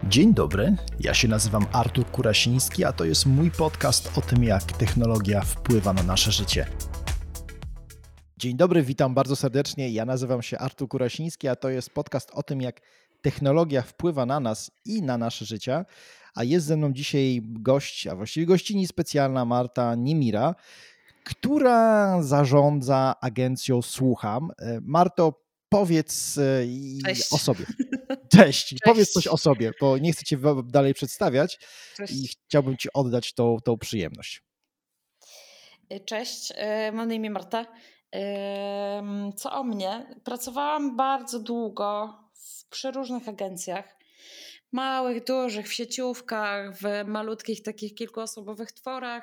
Dzień dobry, ja się nazywam Artur Kurasiński, a to jest mój podcast o tym, jak technologia wpływa na nasze życie. Dzień dobry, witam bardzo serdecznie, ja nazywam się Artur Kurasiński, a to jest podcast o tym, jak technologia wpływa na nas i na nasze życia, a jest ze mną dzisiaj gość, a właściwie gościni specjalna Marta Niemira, która zarządza agencją Słucham. Marto, powiedz o sobie. Cześć. Powiedz coś o sobie, bo nie chcę cię dalej przedstawiać. Cześć. I chciałbym ci oddać tą przyjemność. Cześć, mam na imię Marta. Co o mnie? Pracowałam bardzo długo w przeróżnych agencjach. Małych, dużych, w sieciówkach, w malutkich takich kilkuosobowych tworach.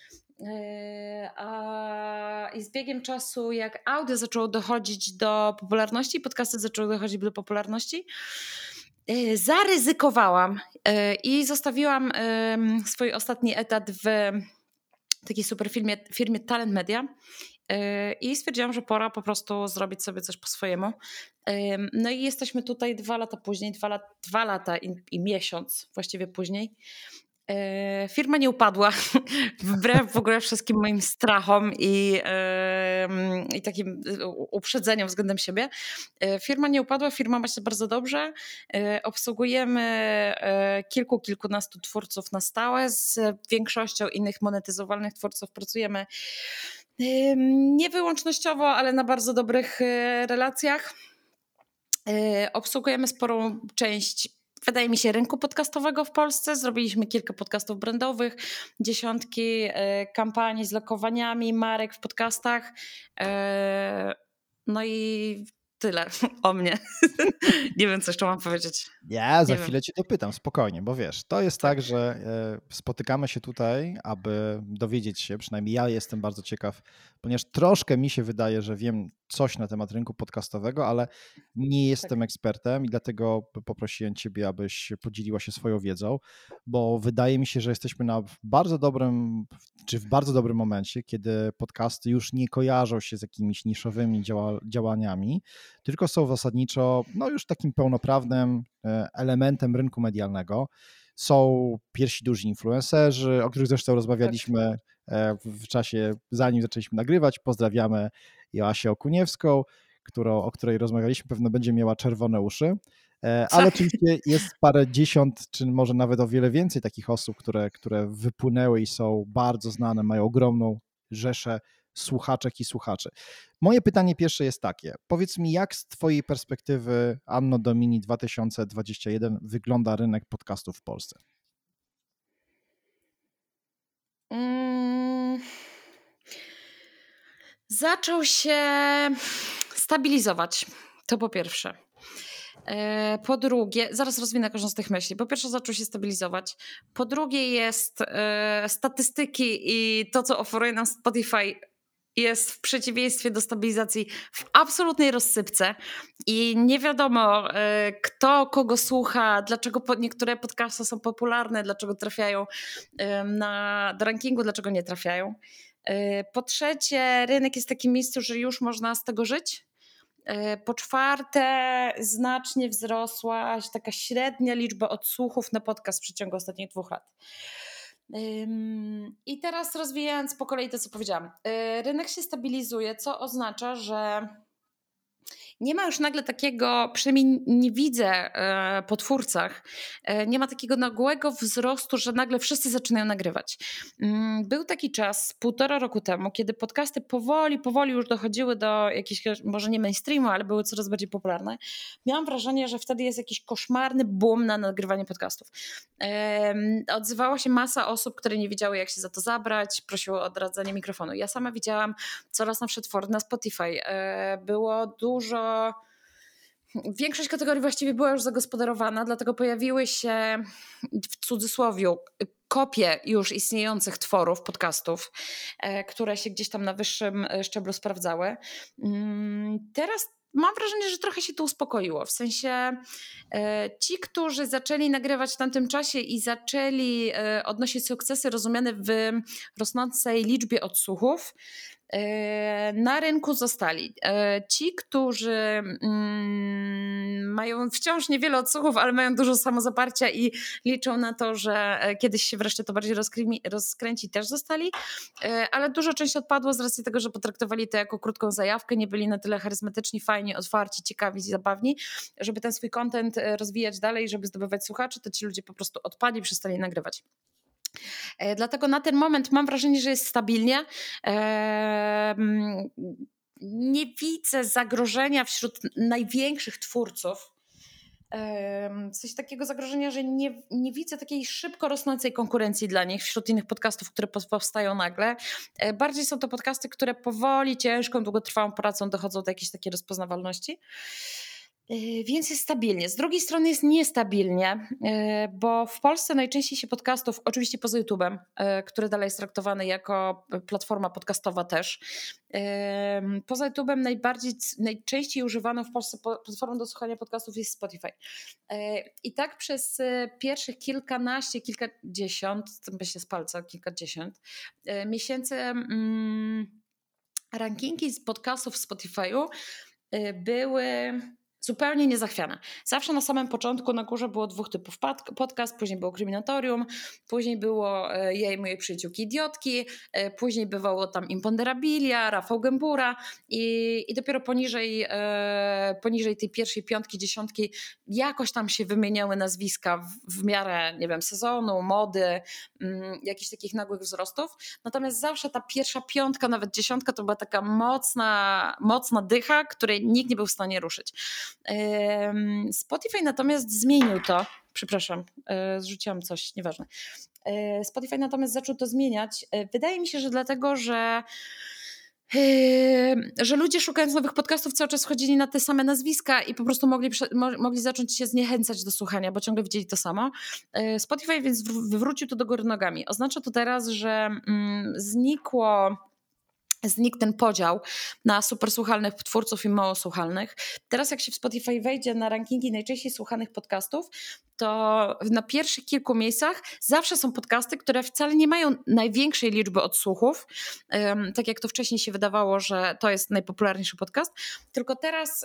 I z biegiem czasu, jak audio zaczęło dochodzić do popularności, podcasty zaczęły dochodzić do popularności, zaryzykowałam i zostawiłam swój ostatni etat w takiej super firmie Talent Media i stwierdziłam, że pora po prostu zrobić sobie coś po swojemu. No i jesteśmy tutaj 2 lata później, 2 lata i miesiąc właściwie później. Firma nie upadła, wbrew w ogóle wszystkim moim strachom i takim uprzedzeniom względem siebie. Firma nie upadła, firma ma się bardzo dobrze. Obsługujemy kilkunastu twórców na stałe. Z większością innych monetyzowalnych twórców pracujemy nie wyłącznościowo, ale na bardzo dobrych relacjach. Obsługujemy sporą część, wydaje mi się, rynku podcastowego w Polsce. Zrobiliśmy kilka podcastów brandowych, dziesiątki kampanii z lokowaniami marek w podcastach. No i tyle o mnie. Nie wiem, co jeszcze mam powiedzieć. Ja za chwilę cię dopytam, spokojnie, bo wiesz, to jest tak, że spotykamy się tutaj, aby dowiedzieć się, przynajmniej ja jestem bardzo ciekaw, ponieważ troszkę mi się wydaje, że wiem coś na temat rynku podcastowego, ale nie jestem ekspertem i dlatego poprosiłem ciebie, abyś podzieliła się swoją wiedzą, bo wydaje mi się, że jesteśmy w bardzo dobrym momencie, kiedy podcasty już nie kojarzą się z jakimiś niszowymi działaniami, tylko są zasadniczo już takim pełnoprawnym elementem rynku medialnego. Są pierwsi duży influencerzy, o których zresztą rozmawialiśmy w czasie, zanim zaczęliśmy nagrywać. Pozdrawiamy Joasię Okuniewską, o której rozmawialiśmy, pewno będzie miała czerwone uszy. Ale oczywiście jest parę dziesiąt, czy może nawet o wiele więcej takich osób, które wypłynęły i są bardzo znane, mają ogromną rzeszę słuchaczek i słuchaczy. Moje pytanie pierwsze jest takie. Powiedz mi, jak z twojej perspektywy Anno Domini 2021 wygląda rynek podcastów w Polsce? Zaczął się stabilizować. To po pierwsze. Po drugie, zaraz rozwinę każdą z tych myśli. Po pierwsze, zaczął się stabilizować. Po drugie, jest statystyki i to, co oferuje nam Spotify, jest w przeciwieństwie do stabilizacji w absolutnej rozsypce i nie wiadomo, kto kogo słucha, dlaczego niektóre podcasty są popularne, dlaczego trafiają do rankingu, dlaczego nie trafiają. Po trzecie, rynek jest w takim miejscu, że już można z tego żyć. Po czwarte, znacznie wzrosła taka średnia liczba odsłuchów na podcast w przeciągu ostatnich 2 lat. I teraz rozwijając po kolei to, co powiedziałam. Rynek się stabilizuje, co oznacza, że nie ma już nagle takiego, przynajmniej nie widzę po twórcach, nie ma takiego nagłego wzrostu, że nagle wszyscy zaczynają nagrywać. Był taki czas 1,5 roku temu, kiedy podcasty powoli już dochodziły do jakiegoś, może nie mainstreamu, ale były coraz bardziej popularne. Miałam wrażenie, że wtedy jest jakiś koszmarny boom na nagrywanie podcastów. Odzywała się masa osób, które nie wiedziały, jak się za to zabrać, prosiły o odradzanie mikrofonu. Ja sama widziałam coraz nowsze twory na Spotify. Było dużo. Większość kategorii właściwie była już zagospodarowana, dlatego pojawiły się w cudzysłowiu kopie już istniejących tworów, podcastów, które się gdzieś tam na wyższym szczeblu sprawdzały. Teraz mam wrażenie, że trochę się to uspokoiło. W sensie ci, którzy zaczęli nagrywać w tamtym czasie i zaczęli odnosić sukcesy rozumiane w rosnącej liczbie odsłuchów, na rynku zostali ci, którzy mają wciąż niewiele odsłuchów, ale mają dużo samozaparcia i liczą na to, że kiedyś się wreszcie to bardziej rozkręci, też zostali, ale duża część odpadła z racji tego, że potraktowali to jako krótką zajawkę, nie byli na tyle charyzmatyczni, fajni, otwarci, ciekawi i zabawni, żeby ten swój content rozwijać dalej, żeby zdobywać słuchaczy, to ci ludzie po prostu odpadli i przestali nagrywać. Dlatego na ten moment mam wrażenie, że jest stabilnie. Nie widzę zagrożenia wśród największych twórców. Coś takiego zagrożenia, że nie widzę takiej szybko rosnącej konkurencji dla nich wśród innych podcastów, które powstają nagle. Bardziej są to podcasty, które powoli, ciężką, długotrwałą pracą dochodzą do jakiejś takiej rozpoznawalności. Więc jest stabilnie. Z drugiej strony jest niestabilnie, bo w Polsce najczęściej się podcastów, oczywiście poza YouTube'em, który dalej jest traktowany jako platforma podcastowa też, poza YouTube'em najczęściej używaną w Polsce platformą do słuchania podcastów jest Spotify. I tak przez pierwszych kilkadziesiąt, myślę z palca, kilkadziesiąt miesięcy rankingi z podcastów w Spotify'u były zupełnie niezachwiane. Zawsze na samym początku na górze było 2 typów podcast, później było Kryminatorium, później było Ja i moje przyjaciółki idiotki, później bywało tam Imponderabilia, Rafał Gębura i dopiero poniżej tej pierwszej 5, 10 jakoś tam się wymieniały nazwiska w miarę, nie wiem, sezonu, mody, jakichś takich nagłych wzrostów. Natomiast zawsze ta pierwsza 5, nawet 10 to była taka mocna dycha, której nikt nie był w stanie ruszyć. Spotify natomiast zmienił to. Przepraszam, zrzuciłam coś, nieważne. Spotify natomiast zaczął to zmieniać. Wydaje mi się, że dlatego, że ludzie szukając nowych podcastów cały czas chodzili na te same nazwiska i po prostu mogli zacząć się zniechęcać do słuchania, bo ciągle widzieli to samo. Spotify więc wywrócił to do góry nogami. Oznacza to teraz, że znikł ten podział na supersłuchalnych twórców i mało słuchalnych. Teraz jak się w Spotify wejdzie na rankingi najczęściej słuchanych podcastów, to na pierwszych kilku miejscach zawsze są podcasty, które wcale nie mają największej liczby odsłuchów, tak jak to wcześniej się wydawało, że to jest najpopularniejszy podcast, tylko teraz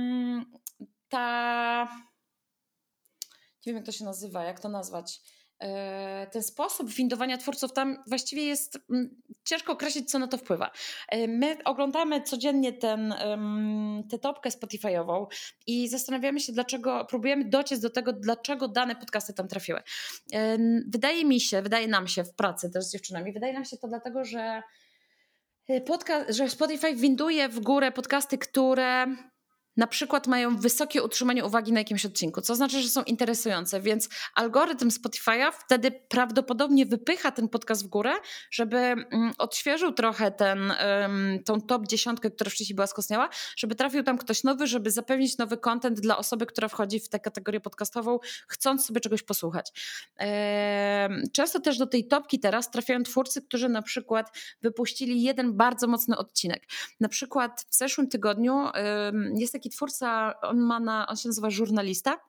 nie wiem jak to się nazywa, jak to nazwać, ten sposób windowania twórców tam właściwie jest ciężko określić, co na to wpływa. My oglądamy codziennie tę topkę Spotify'ową i zastanawiamy się, próbujemy dociec do tego, dlaczego dane podcasty tam trafiły. Wydaje nam się w pracy też z dziewczynami, wydaje nam się to dlatego, że Spotify winduje w górę podcasty, które na przykład mają wysokie utrzymanie uwagi na jakimś odcinku, co znaczy, że są interesujące, więc algorytm Spotify'a wtedy prawdopodobnie wypycha ten podcast w górę, żeby odświeżył trochę tą top 10, która wcześniej była skostniała, żeby trafił tam ktoś nowy, żeby zapewnić nowy content dla osoby, która wchodzi w tę kategorię podcastową, chcąc sobie czegoś posłuchać. Często też do tej topki teraz trafiają twórcy, którzy na przykład wypuścili jeden bardzo mocny odcinek. Na przykład w zeszłym tygodniu jest taki twórca, on się nazywa Żurnalista,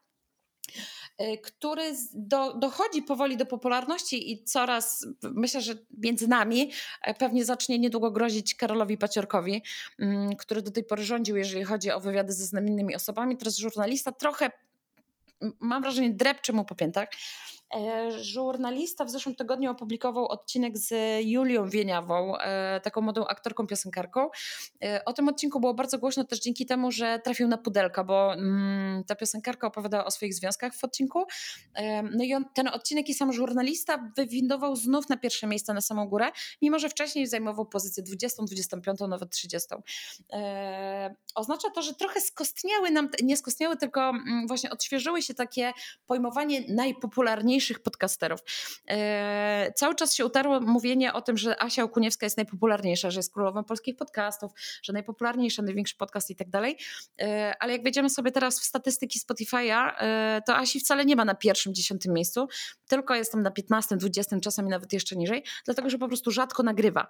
który dochodzi powoli do popularności i coraz, myślę, że między nami pewnie zacznie niedługo grozić Karolowi Paciorkowi, który do tej pory rządził, jeżeli chodzi o wywiady ze znamiennymi osobami. Teraz Żurnalista trochę, mam wrażenie, drepcze mu po piętach. Żurnalista w zeszłym tygodniu opublikował odcinek z Julią Wieniawą, taką młodą aktorką, piosenkarką. O tym odcinku było bardzo głośno też dzięki temu, że trafił na Pudelka, bo ta piosenkarka opowiadała o swoich związkach w odcinku. No i ten odcinek i sam Żurnalista wywindował znów na pierwsze miejsce, na samą górę, mimo że wcześniej zajmował pozycję 20, 25, nawet 30. Oznacza to, że trochę nie skostniały, tylko właśnie odświeżyły się takie pojmowanie najpopularniejszych podcasterów. Cały czas się utarło mówienie o tym, że Asia Okuniewska jest najpopularniejsza, że jest królową polskich podcastów, że najpopularniejsza, największy podcast i tak dalej. Ale jak wejdziemy sobie teraz w statystyki Spotify'a, to Asi wcale nie ma na pierwszym, 10 miejscu, tylko jest tam na 15, 20, czasami nawet jeszcze niżej, dlatego że po prostu rzadko nagrywa.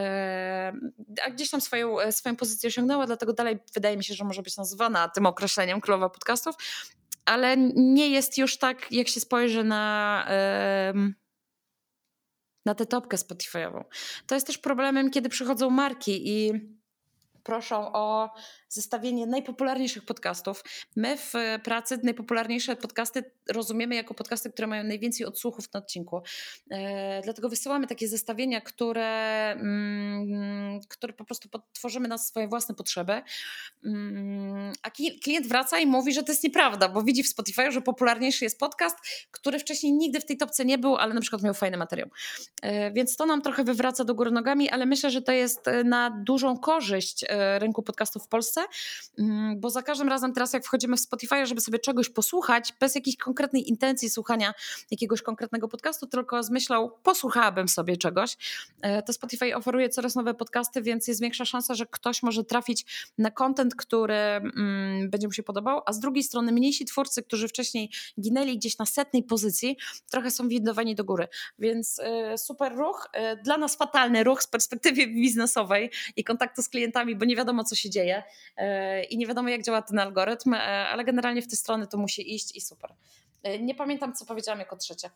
A gdzieś tam swoją pozycję osiągnęła, dlatego dalej wydaje mi się, że może być nazywana tym określeniem królowa podcastów, ale nie jest już tak, jak się spojrzy na na tę topkę Spotify'ową. To jest też problemem, kiedy przychodzą marki i proszą o zestawienie najpopularniejszych podcastów. My w pracy najpopularniejsze podcasty rozumiemy jako podcasty, które mają najwięcej odsłuchów na odcinku. Dlatego wysyłamy takie zestawienia, które po prostu tworzymy na swoje własne potrzeby. A klient wraca i mówi, że to jest nieprawda, bo widzi w Spotify, że popularniejszy jest podcast, który wcześniej nigdy w tej topce nie był, ale na przykład miał fajny materiał. Więc to nam trochę wywraca do góry nogami, ale myślę, że to jest na dużą korzyść rynku podcastów w Polsce, bo za każdym razem teraz jak wchodzimy w Spotify, żeby sobie czegoś posłuchać, bez jakiejś konkretnej intencji słuchania jakiegoś konkretnego podcastu, tylko z myślą posłuchałabym sobie czegoś, to Spotify oferuje coraz nowe podcasty, więc jest większa szansa, że ktoś może trafić na content, który będzie mu się podobał, a z drugiej strony mniejsi twórcy, którzy wcześniej ginęli gdzieś na 100. pozycji, trochę są windowani do góry, więc super ruch, dla nas fatalny ruch z perspektywy biznesowej i kontaktu z klientami, bo nie wiadomo, co się dzieje i nie wiadomo, jak działa ten algorytm, ale generalnie w tę stronę to musi iść i super. Nie pamiętam, co powiedziałam jako trzecie.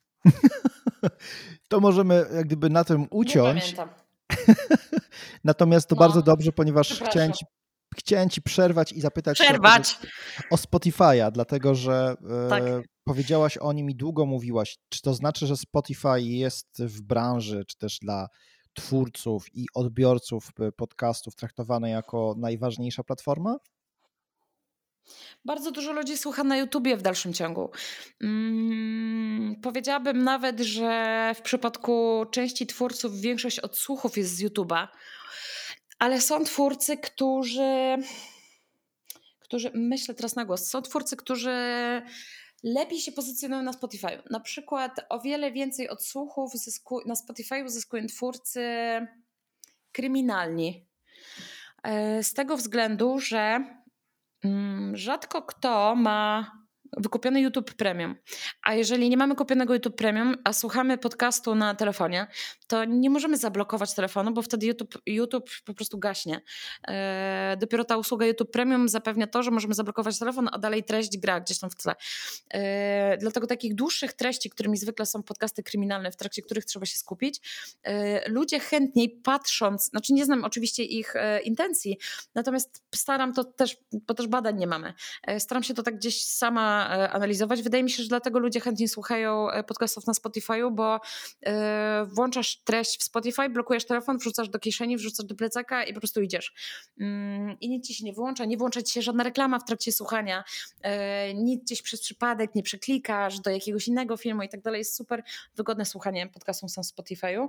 To możemy jak gdyby na tym uciąć. Nie pamiętam. Natomiast to bardzo dobrze, ponieważ chciałem ci przerwać i zapytać się o Spotify'a, dlatego że powiedziałaś o nim i długo mówiłaś. Czy to znaczy, że Spotify jest w branży, czy też dla twórców i odbiorców podcastów traktowany jako najważniejsza platforma? Bardzo dużo ludzi słucha na YouTubie w dalszym ciągu. Powiedziałabym nawet, że w przypadku części twórców większość odsłuchów jest z YouTube'a, ale są twórcy, którzy myślę teraz na głos, są twórcy, którzy lepiej się pozycjonują na Spotify. Na przykład o wiele więcej odsłuchów na Spotify uzyskują twórcy kryminalni. Z tego względu, że rzadko kto ma wykupiony YouTube Premium. A jeżeli nie mamy kupionego YouTube Premium, a słuchamy podcastu na telefonie, to nie możemy zablokować telefonu, bo wtedy YouTube po prostu gaśnie. Dopiero ta usługa YouTube Premium zapewnia to, że możemy zablokować telefon, a dalej treść gra gdzieś tam w tle. Dlatego takich dłuższych treści, którymi zwykle są podcasty kryminalne, w trakcie których trzeba się skupić, ludzie chętniej patrząc, znaczy nie znam oczywiście ich intencji, natomiast staram to też, bo też badań nie mamy, staram się to tak gdzieś sama analizować. Wydaje mi się, że dlatego ludzie chętnie słuchają podcastów na Spotify'u, bo włączasz treść w Spotify, blokujesz telefon, wrzucasz do kieszeni, wrzucasz do plecaka i po prostu idziesz. I nic ci się nie włącza ci się żadna reklama w trakcie słuchania, nic gdzieś przez przypadek nie przeklikasz do jakiegoś innego filmu i tak dalej. Jest super wygodne słuchanie podcastów na Spotify'u.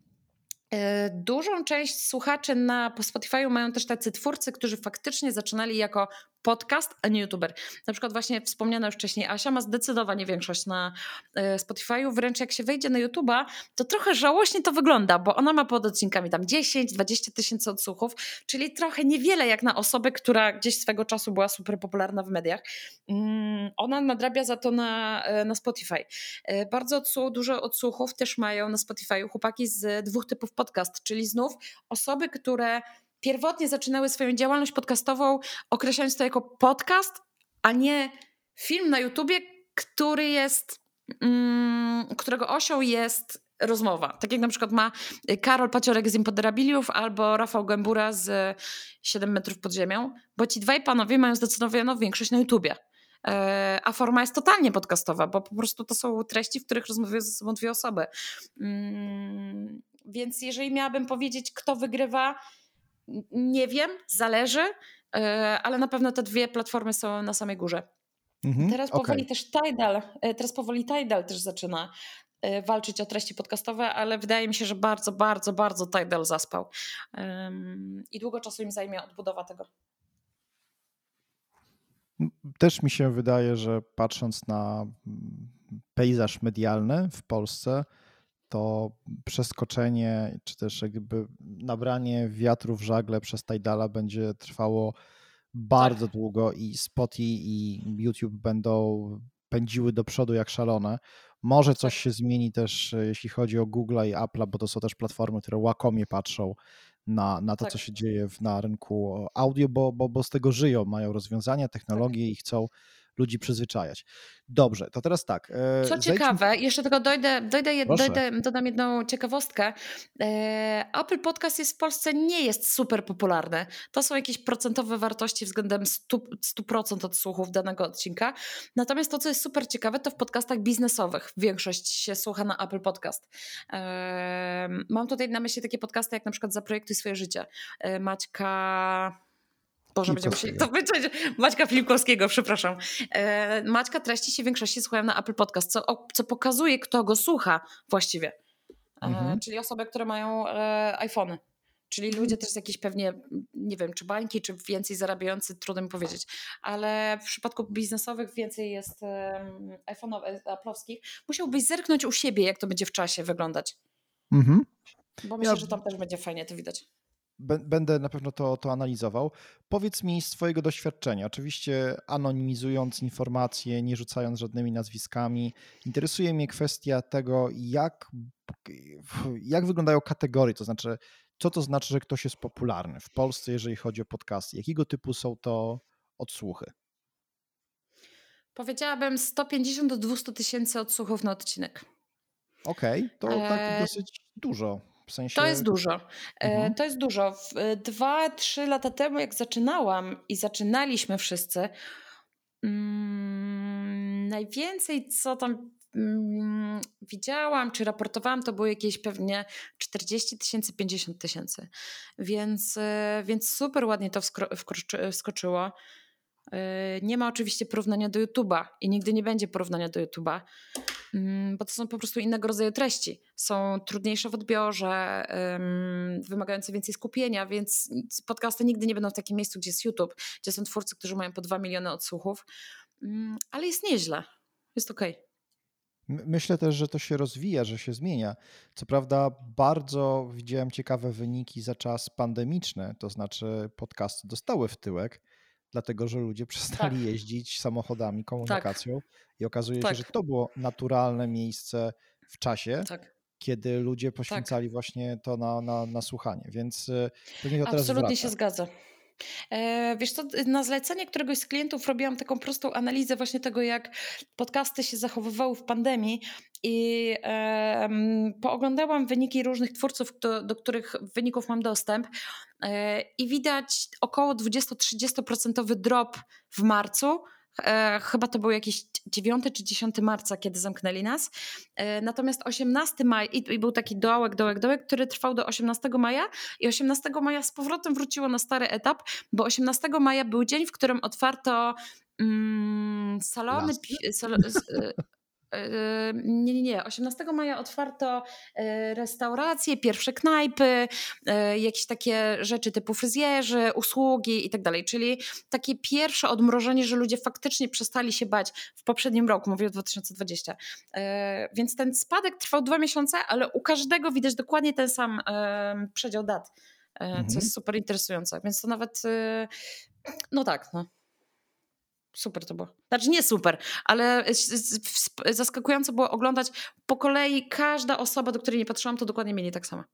Dużą część słuchaczy na Spotify'u mają też tacy twórcy, którzy faktycznie zaczynali jako podcast, a nie youtuber. Na przykład właśnie wspomniana już wcześniej Asia ma zdecydowanie większość na Spotify'u, wręcz jak się wejdzie na YouTube'a, to trochę żałośnie to wygląda, bo ona ma pod odcinkami tam 10-20 tysięcy odsłuchów, czyli trochę niewiele jak na osobę, która gdzieś swego czasu była super popularna w mediach. Ona nadrabia za to na Spotify. Bardzo dużo odsłuchów też mają na Spotify'u chłopaki z 2 typów podcast, czyli znów osoby, które pierwotnie zaczynały swoją działalność podcastową, określając to jako podcast, a nie film na YouTubie, którego osią jest rozmowa. Tak jak na przykład ma Karol Paciorek z Imponderabiliów albo Rafał Gębura z 7 metrów pod ziemią, bo ci dwaj panowie mają zdecydowaną większość na YouTubie. A forma jest totalnie podcastowa, bo po prostu to są treści, w których rozmawiają ze sobą 2 osoby. Więc jeżeli miałabym powiedzieć, kto wygrywa, nie wiem, zależy, ale na pewno te 2 platformy są na samej górze. Teraz powoli Tidal też zaczyna walczyć o treści podcastowe, ale wydaje mi się, że bardzo, bardzo, bardzo Tidal zaspał. I długo czasu im zajmie odbudowa tego. Też mi się wydaje, że patrząc na pejzaż medialny w Polsce, to przeskoczenie, czy też jakby nabranie wiatru w żagle przez Tidala będzie trwało bardzo długo i Spotify i YouTube będą pędziły do przodu jak szalone. Może coś się zmieni też, jeśli chodzi o Google'a i Apple'a, bo to są też platformy, które łakomie patrzą na to, co się dzieje na rynku audio, bo z tego żyją, mają rozwiązania, technologie i chcą ludzi przyzwyczajać. Dobrze, to teraz tak. Co Zejdźmy... ciekawe, jeszcze tylko Proszę. dodam jedną ciekawostkę. Apple Podcast jest w Polsce nie jest super popularny. To są jakieś procentowe wartości względem 100% odsłuchów danego odcinka. Natomiast to, co jest super ciekawe, to w podcastach biznesowych większość się słucha na Apple Podcast. Mam tutaj na myśli takie podcasty jak na przykład Zaprojektuj swoje życie. Maćka... Boże, będziemy musieli to wyciąć. Maćka Filipkowskiego, przepraszam. Maćka treści się w większości słuchają na Apple Podcast, co pokazuje, kto go słucha właściwie. Czyli osoby, które mają iPhony. Czyli ludzie też z jakichś pewnie, nie wiem, czy bańki, czy więcej zarabiający, trudno mi powiedzieć. Ale w przypadku biznesowych więcej jest iPhone'ów, Apple'owskich. Musiałbyś zerknąć u siebie, jak to będzie w czasie wyglądać. Bo myślę, że tam też będzie fajnie to widać. Będę na pewno to analizował. Powiedz mi z twojego doświadczenia, oczywiście anonimizując informacje, nie rzucając żadnymi nazwiskami, interesuje mnie kwestia tego, jak wyglądają kategorie, to znaczy, co to znaczy, że ktoś jest popularny w Polsce, jeżeli chodzi o podcasty? Jakiego typu są to odsłuchy? Powiedziałabym 150 do 200 tysięcy odsłuchów na odcinek. Okej, to tak dosyć dużo. W sensie... To jest dużo. To jest dużo. 2-3 lata temu, jak zaczynałam i zaczynaliśmy wszyscy, najwięcej co tam widziałam czy raportowałam, to było jakieś pewnie 40 tysięcy, 50 tysięcy. Więc super ładnie to wskoczyło. Nie ma oczywiście porównania do YouTube'a i nigdy nie będzie porównania do YouTube'a, bo to są po prostu innego rodzaju treści. Są trudniejsze w odbiorze, wymagające więcej skupienia, więc podcasty nigdy nie będą w takim miejscu, gdzie jest YouTube, gdzie są twórcy, którzy mają po 2 miliony odsłuchów, ale jest nieźle, jest okej. Myślę też, że to się rozwija, że się zmienia. Co prawda bardzo widziałem ciekawe wyniki za czas pandemiczny, to znaczy podcasty dostały w tyłek, dlatego że ludzie przestali jeździć samochodami, komunikacją i okazuje się, że to było naturalne miejsce w czasie, kiedy ludzie poświęcali właśnie to na słuchanie, więc pewnie to teraz absolutnie wraca. się zgadza. Wiesz co, na zlecenie któregoś z klientów robiłam taką prostą analizę właśnie tego, jak podcasty się zachowywały w pandemii i pooglądałam wyniki różnych twórców, do których wyników mam dostęp i widać około 20-30% drop w marcu. Chyba to był jakiś 9 czy 10 marca, kiedy zamknęli nas. Natomiast 18 maja i był taki dołek, który trwał do 18 maja i 18 maja z powrotem wróciło na stary etap, bo 18 maja był dzień, w którym otwarto salony... Nie. 18 maja otwarto restauracje, pierwsze knajpy, jakieś takie rzeczy typu fryzjerzy, usługi i tak dalej. Czyli takie pierwsze odmrożenie, że ludzie faktycznie przestali się bać w poprzednim roku, mówię o 2020. Więc ten spadek trwał 2 miesiące, ale u każdego widać dokładnie ten sam przedział dat, co jest super interesujące. Więc to nawet, super to było. Znaczy nie super, ale zaskakujące było oglądać po kolei. Każda osoba, do której nie patrzyłam, to dokładnie mieli tak samo.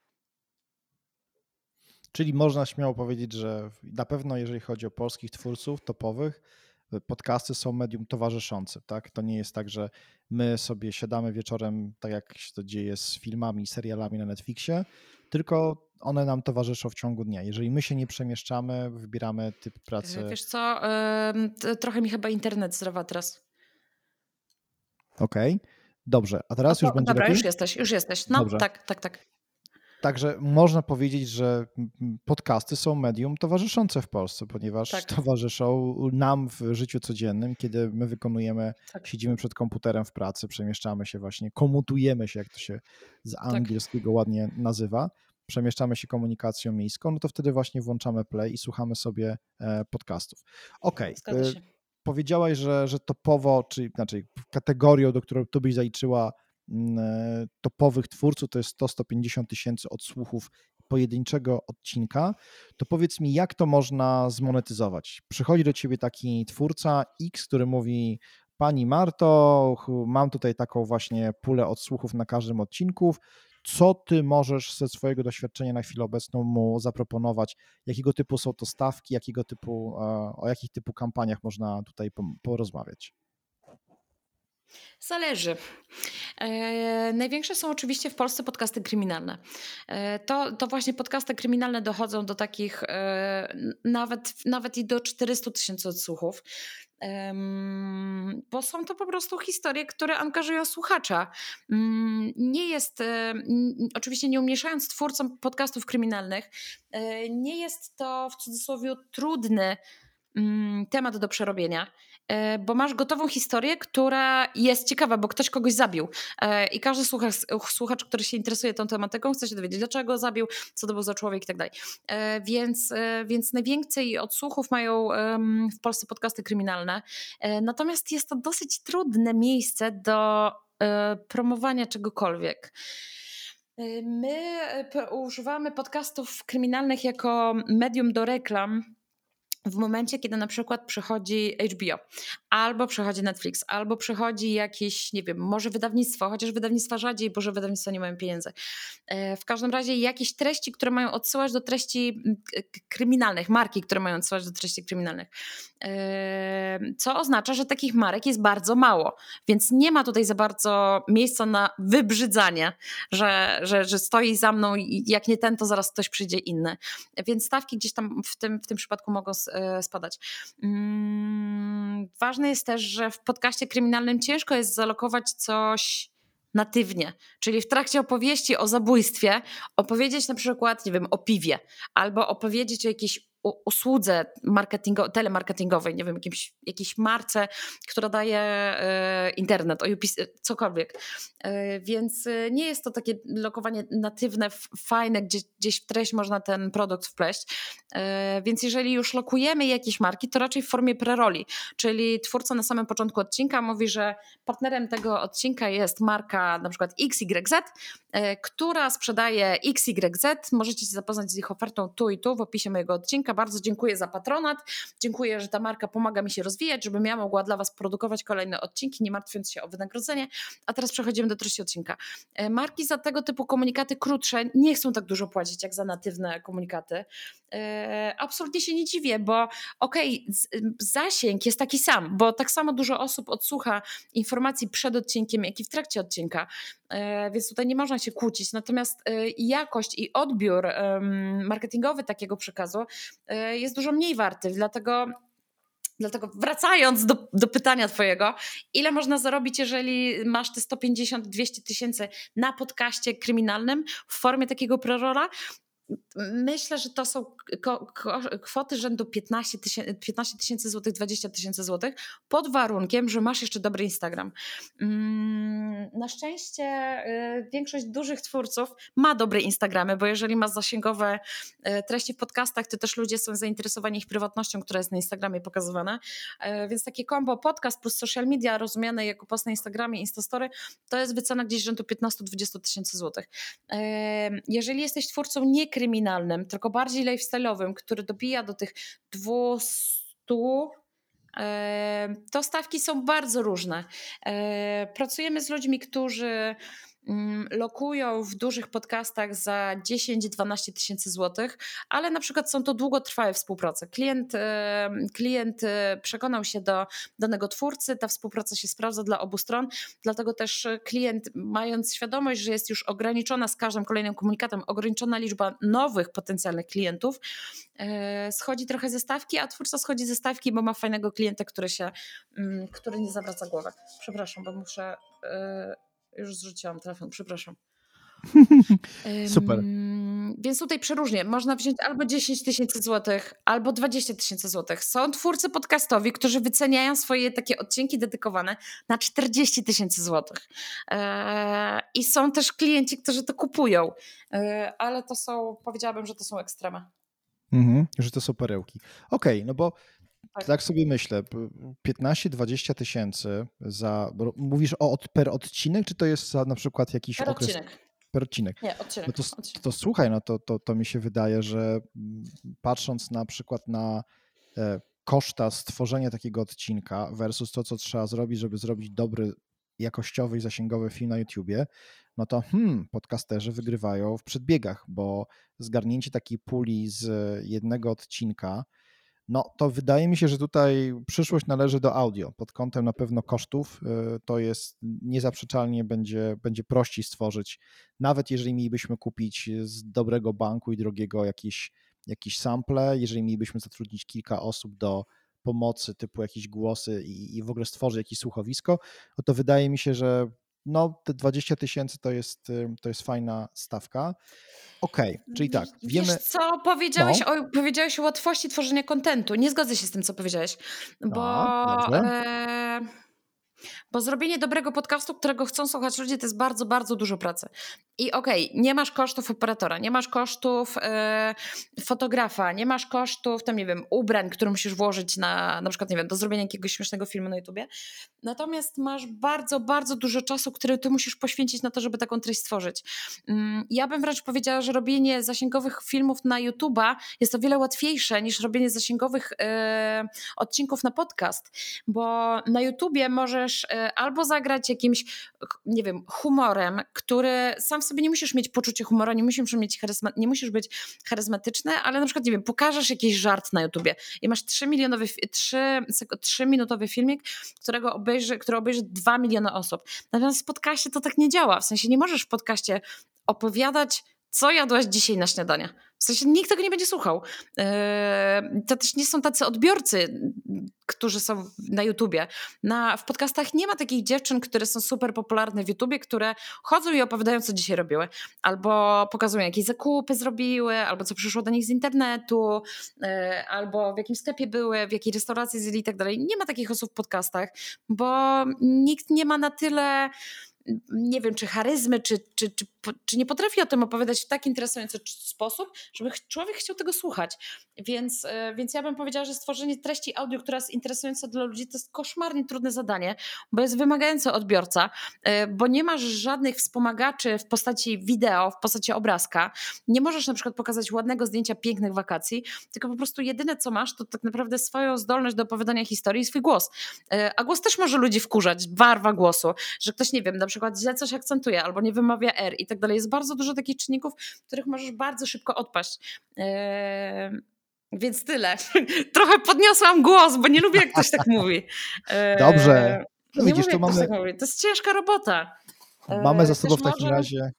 Czyli można śmiało powiedzieć, że na pewno jeżeli chodzi o polskich twórców topowych, podcasty są medium towarzyszącym, tak? To nie jest tak, że my sobie siadamy wieczorem, tak jak się to dzieje z filmami, serialami na Netflixie, tylko one nam towarzyszą w ciągu dnia. Jeżeli my się nie przemieszczamy, wybieramy typ pracy... Wiesz co, trochę mi chyba internet zrywa teraz. Okej, dobrze. A teraz już będzie dobra, lepiej? już jesteś. No, dobrze. Tak. Także można powiedzieć, że podcasty są medium towarzyszące w Polsce, ponieważ towarzyszą nam w życiu codziennym, kiedy my wykonujemy, siedzimy przed komputerem w pracy, przemieszczamy się właśnie, komutujemy się, jak to się z angielskiego ładnie nazywa, przemieszczamy się komunikacją miejską, no to wtedy właśnie włączamy play i słuchamy sobie podcastów. Okej. Powiedziałaś, że topowo, czy znaczy kategorią, do której tu byś zaliczyła topowych twórców, to jest 100-150 tysięcy odsłuchów pojedynczego odcinka, to powiedz mi, jak to można zmonetyzować? Przychodzi do ciebie taki twórca X, który mówi: Pani Marto, mam tutaj taką właśnie pulę odsłuchów na każdym odcinku, co ty możesz ze swojego doświadczenia na chwilę obecną mu zaproponować? Jakiego typu są to stawki, o jakich typu kampaniach można tutaj porozmawiać? Zależy. Największe są oczywiście w Polsce podcasty kryminalne. To właśnie podcasty kryminalne dochodzą do takich nawet i do 400 000 odsłuchów. Bo są to po prostu historie, które angażują słuchacza. Nie jest, oczywiście nie umniejszając twórcom podcastów kryminalnych, nie jest to w cudzysłowie trudny temat do przerobienia, bo masz gotową historię, która jest ciekawa, bo ktoś kogoś zabił i każdy słuchacz, który się interesuje tą tematyką, chce się dowiedzieć, dlaczego zabił, co to był za człowiek i tak dalej. Więc najwięcej odsłuchów mają w Polsce podcasty kryminalne, natomiast jest to dosyć trudne miejsce do promowania czegokolwiek. My używamy podcastów kryminalnych jako medium do reklam w momencie, kiedy na przykład przychodzi HBO, albo przychodzi Netflix, albo przychodzi jakieś, nie wiem, może wydawnictwo, chociaż wydawnictwa rzadziej, bo że wydawnictwa nie mają pieniędzy. W każdym razie jakieś treści, które mają odsyłać do treści kryminalnych, marki, które mają odsyłać do treści kryminalnych. Co oznacza, że takich marek jest bardzo mało, więc nie ma tutaj za bardzo miejsca na wybrzydzanie, że stoi za mną i jak nie ten, to zaraz ktoś przyjdzie inny. Więc stawki gdzieś tam w tym przypadku mogą spadać. Ważne jest też, że w podcaście kryminalnym ciężko jest zalokować coś natywnie, czyli w trakcie opowieści o zabójstwie opowiedzieć na przykład, nie wiem, o piwie, albo opowiedzieć o jakiejś usłudze telemarketingowej, nie wiem, jakiejś marce, która daje internet, cokolwiek. Więc nie jest to takie lokowanie natywne, fajne, gdzieś w treść można ten produkt wpleść. Więc jeżeli już lokujemy jakieś marki, to raczej w formie preroli, czyli twórca na samym początku odcinka mówi, że partnerem tego odcinka jest marka na przykład XYZ, która sprzedaje XYZ. Możecie się zapoznać z ich ofertą tu i tu w opisie mojego odcinka. Bardzo dziękuję za patronat. Dziękuję, że ta marka pomaga mi się rozwijać, żebym ja mogła dla was produkować kolejne odcinki, nie martwiąc się o wynagrodzenie. A teraz przechodzimy do treści odcinka. Marki za tego typu komunikaty krótsze nie chcą tak dużo płacić jak za natywne komunikaty. Absolutnie się nie dziwię, bo zasięg jest taki sam, bo tak samo dużo osób odsłucha informacji przed odcinkiem, jak i w trakcie odcinka, więc tutaj nie można się kłócić. Natomiast jakość i odbiór marketingowy takiego przekazu jest dużo mniej warty, dlatego wracając do pytania twojego, ile można zarobić, jeżeli masz te 150-200 tysięcy na podcaście kryminalnym w formie takiego prerola? Myślę, że to są kwoty rzędu 15 tysięcy złotych, 20 tysięcy złotych, pod warunkiem, że masz jeszcze dobry Instagram. Na szczęście większość dużych twórców ma dobre Instagramy, bo jeżeli masz zasięgowe treści w podcastach, to też ludzie są zainteresowani ich prywatnością, która jest na Instagramie pokazywana. Więc takie combo podcast plus social media rozumiane jako post na Instagramie, Instastory, to jest wycena gdzieś rzędu 15-20 tysięcy złotych. Jeżeli jesteś twórcą nie kryminalnym, tylko bardziej lifestyle'owym, który dobija do tych 200, to stawki są bardzo różne. Pracujemy z ludźmi, którzy lokują w dużych podcastach za 10-12 tysięcy złotych, ale na przykład są to długotrwałe współprace. Klient przekonał się do danego twórcy, ta współpraca się sprawdza dla obu stron, dlatego też klient, mając świadomość, że jest już ograniczona z każdym kolejnym komunikatem, ograniczona liczba nowych potencjalnych klientów, schodzi trochę ze stawki, a twórca schodzi ze stawki, bo ma fajnego klienta, który nie zawraca głowy. Przepraszam, bo muszę... Już zrzuciłam telefon, przepraszam. Super. Więc tutaj przeróżnie. Można wziąć albo 10 tysięcy złotych, albo 20 tysięcy złotych. Są twórcy podcastowi, którzy wyceniają swoje takie odcinki dedykowane na 40 tysięcy złotych. I są też klienci, którzy to kupują. Ale to są, powiedziałabym, że to są ekstrema. Że to są perełki. Okej, no bo tak sobie myślę, 15-20 tysięcy mówisz per odcinek, czy to jest za na przykład jakiś per okres? Odcinek. Per odcinek. Nie, odcinek. No to słuchaj, no to mi się wydaje, że patrząc na przykład na koszta stworzenia takiego odcinka versus to, co trzeba zrobić, żeby zrobić dobry jakościowy i zasięgowy film na YouTubie, no to podcasterzy wygrywają w przedbiegach, bo zgarnięcie takiej puli z jednego odcinka, no to wydaje mi się, że tutaj przyszłość należy do audio. Pod kątem na pewno kosztów to jest niezaprzeczalnie będzie prościej stworzyć, nawet jeżeli mielibyśmy kupić z dobrego banku i drogiego jakieś sample, jeżeli mielibyśmy zatrudnić kilka osób do pomocy typu jakieś głosy i w ogóle stworzyć jakieś słuchowisko, no to wydaje mi się, że no, te 20 000 to jest fajna stawka. Okej, czyli tak, wiemy... Wiesz co, powiedziałeś o łatwości tworzenia kontentu. Nie zgodzę się z tym, co powiedziałeś, bo zrobienie dobrego podcastu, którego chcą słuchać ludzie, to jest bardzo, bardzo dużo pracy. I nie masz kosztów operatora, nie masz kosztów fotografa, nie masz kosztów, tam nie wiem, ubrań, które musisz włożyć na przykład, nie wiem, do zrobienia jakiegoś śmiesznego filmu na YouTubie. Natomiast masz bardzo, bardzo dużo czasu, który ty musisz poświęcić na to, żeby taką treść stworzyć. Ja bym wręcz powiedziała, że robienie zasięgowych filmów na YouTube'a jest o wiele łatwiejsze niż robienie zasięgowych odcinków na podcast, bo na YouTubie możesz albo zagrać jakimś, nie wiem, humorem, który sam w sobie nie musisz mieć poczucia humoru, nie musisz być charyzmatyczny, ale na przykład, nie wiem, pokażesz jakiś żart na YouTubie i masz 3-minutowy filmik, który obejrzy 2 miliony osób. Natomiast w podcaście to tak nie działa. W sensie nie możesz w podcaście opowiadać, co jadłaś dzisiaj na śniadanie. W sensie nikt tego nie będzie słuchał. To też nie są tacy odbiorcy, którzy są na YouTubie. W podcastach nie ma takich dziewczyn, które są super popularne w YouTubie, które chodzą i opowiadają, co dzisiaj robiły. Albo pokazują, jakie zakupy zrobiły, albo co przyszło do nich z internetu, albo w jakim sklepie były, w jakiej restauracji zjedli i tak dalej. Nie ma takich osób w podcastach, bo nikt nie ma na tyle... nie wiem, czy charyzmy, czy nie potrafi o tym opowiadać w tak interesujący sposób, żeby człowiek chciał tego słuchać. Więc ja bym powiedziała, że stworzenie treści audio, która jest interesująca dla ludzi, to jest koszmarnie trudne zadanie, bo jest wymagający odbiorca, bo nie masz żadnych wspomagaczy w postaci wideo, w postaci obrazka. Nie możesz na przykład pokazać ładnego zdjęcia pięknych wakacji, tylko po prostu jedyne, co masz, to tak naprawdę swoją zdolność do opowiadania historii i swój głos. A głos też może ludzi wkurzać, barwa głosu, że ktoś, nie wiem, na przykład źle coś akcentuje albo nie wymawia R i tak dalej. Jest bardzo dużo takich czynników, których możesz bardzo szybko odpaść. Więc tyle. Trochę podniosłam głos, bo nie lubię, jak ktoś tak mówi. Dobrze. No nie widzisz, lubię, to mamy... tak mówi. To jest ciężka robota. Mamy za sobą w takim razie...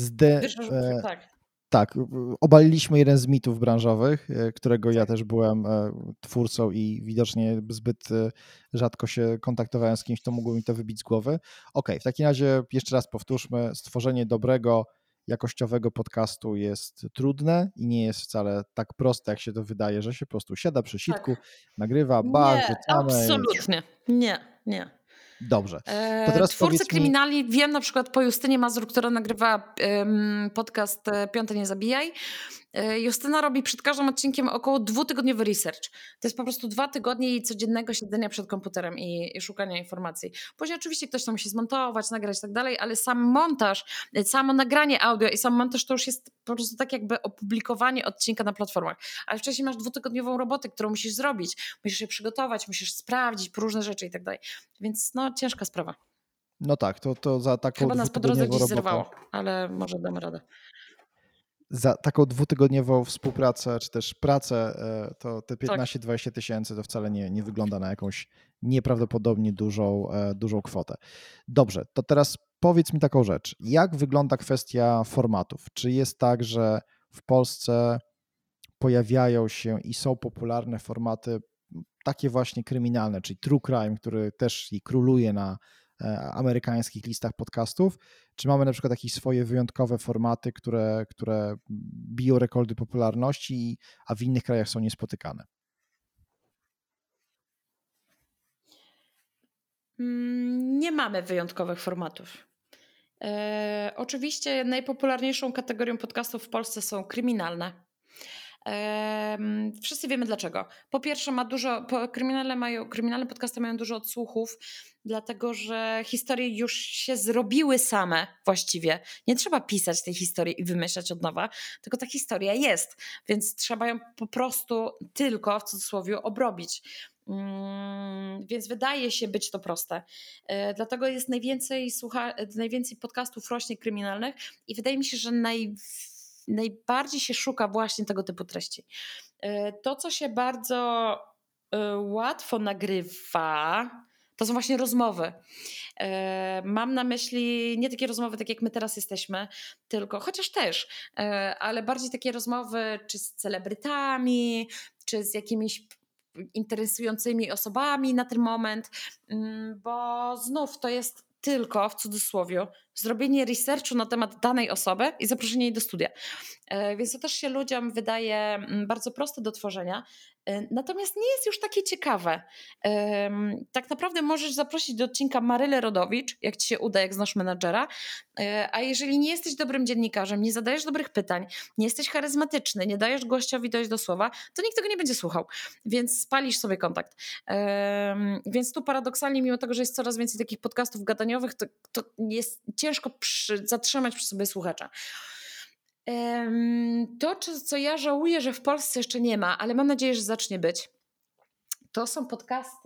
Tak. Tak, obaliliśmy jeden z mitów branżowych, którego ja też byłem twórcą i widocznie zbyt rzadko się kontaktowałem z kimś, kto mógł mi to wybić z głowy. Okej, w takim razie jeszcze raz powtórzmy, stworzenie dobrego, jakościowego podcastu jest trudne i nie jest wcale tak proste, jak się to wydaje, że się po prostu siada przy sitku, nagrywa, wrzucamy. Absolutnie. Nie. Dobrze. To teraz Twórcy kryminali, wiem na przykład po Justynie Mazur, która nagrywa podcast Piąte Nie Zabijaj. Justyna robi przed każdym odcinkiem około 2-tygodniowy research. To jest po prostu 2 tygodnie jej codziennego siedzenia przed komputerem i szukania informacji. Później oczywiście ktoś to musi zmontować, nagrać i tak dalej, ale sam montaż, samo nagranie audio i sam montaż to już jest po prostu tak jakby opublikowanie odcinka na platformach. Ale wcześniej masz 2-tygodniową robotę, którą musisz zrobić. Musisz się przygotować, musisz sprawdzić różne rzeczy i tak dalej. Więc no ciężka sprawa. No tak, to za taką chyba nas po drodze gdzieś robotę zerwało, ale może damy radę. Za taką 2-tygodniową współpracę, czy też pracę, to te 15-20 tysięcy to wcale nie wygląda na jakąś nieprawdopodobnie dużą kwotę. Dobrze, to teraz powiedz mi taką rzecz. Jak wygląda kwestia formatów? Czy jest tak, że w Polsce pojawiają się i są popularne formaty takie właśnie kryminalne, czyli true crime, który też i króluje na amerykańskich listach podcastów? Czy mamy na przykład jakieś swoje wyjątkowe formaty, które biją rekordy popularności, a w innych krajach są niespotykane? Nie mamy wyjątkowych formatów. Oczywiście najpopularniejszą kategorią podcastów w Polsce są kryminalne. Wszyscy wiemy dlaczego. Po pierwsze kryminalne podcasty mają dużo odsłuchów, dlatego że historie już się zrobiły same właściwie. Nie trzeba pisać tej historii i wymyślać od nowa, tylko ta historia jest, więc trzeba ją po prostu tylko w cudzysłowie obrobić. Więc wydaje się być to proste. Dlatego jest najwięcej podcastów rośnie kryminalnych i wydaje mi się, że najbardziej się szuka właśnie tego typu treści. To, co się bardzo łatwo nagrywa, to są właśnie rozmowy. Mam na myśli nie takie rozmowy, tak jak my teraz jesteśmy, tylko, chociaż też, ale bardziej takie rozmowy czy z celebrytami, czy z jakimiś interesującymi osobami na ten moment, bo znów to jest tylko, w cudzysłowie, zrobienie researchu na temat danej osoby i zaproszenie jej do studia. Więc to też się ludziom wydaje bardzo proste do tworzenia, natomiast nie jest już takie ciekawe. Tak naprawdę możesz zaprosić do odcinka Marylę Rodowicz, jak ci się uda, jak znasz menadżera, a jeżeli nie jesteś dobrym dziennikarzem, nie zadajesz dobrych pytań, nie jesteś charyzmatyczny, nie dajesz gościowi dojść do słowa, to nikt tego nie będzie słuchał, więc spalisz sobie kontakt. Więc tu paradoksalnie, mimo tego, że jest coraz więcej takich podcastów gadaniowych, to jest ciężko zatrzymać przy sobie słuchacza. To, co ja żałuję, że w Polsce jeszcze nie ma, ale mam nadzieję, że zacznie być, to są podcasty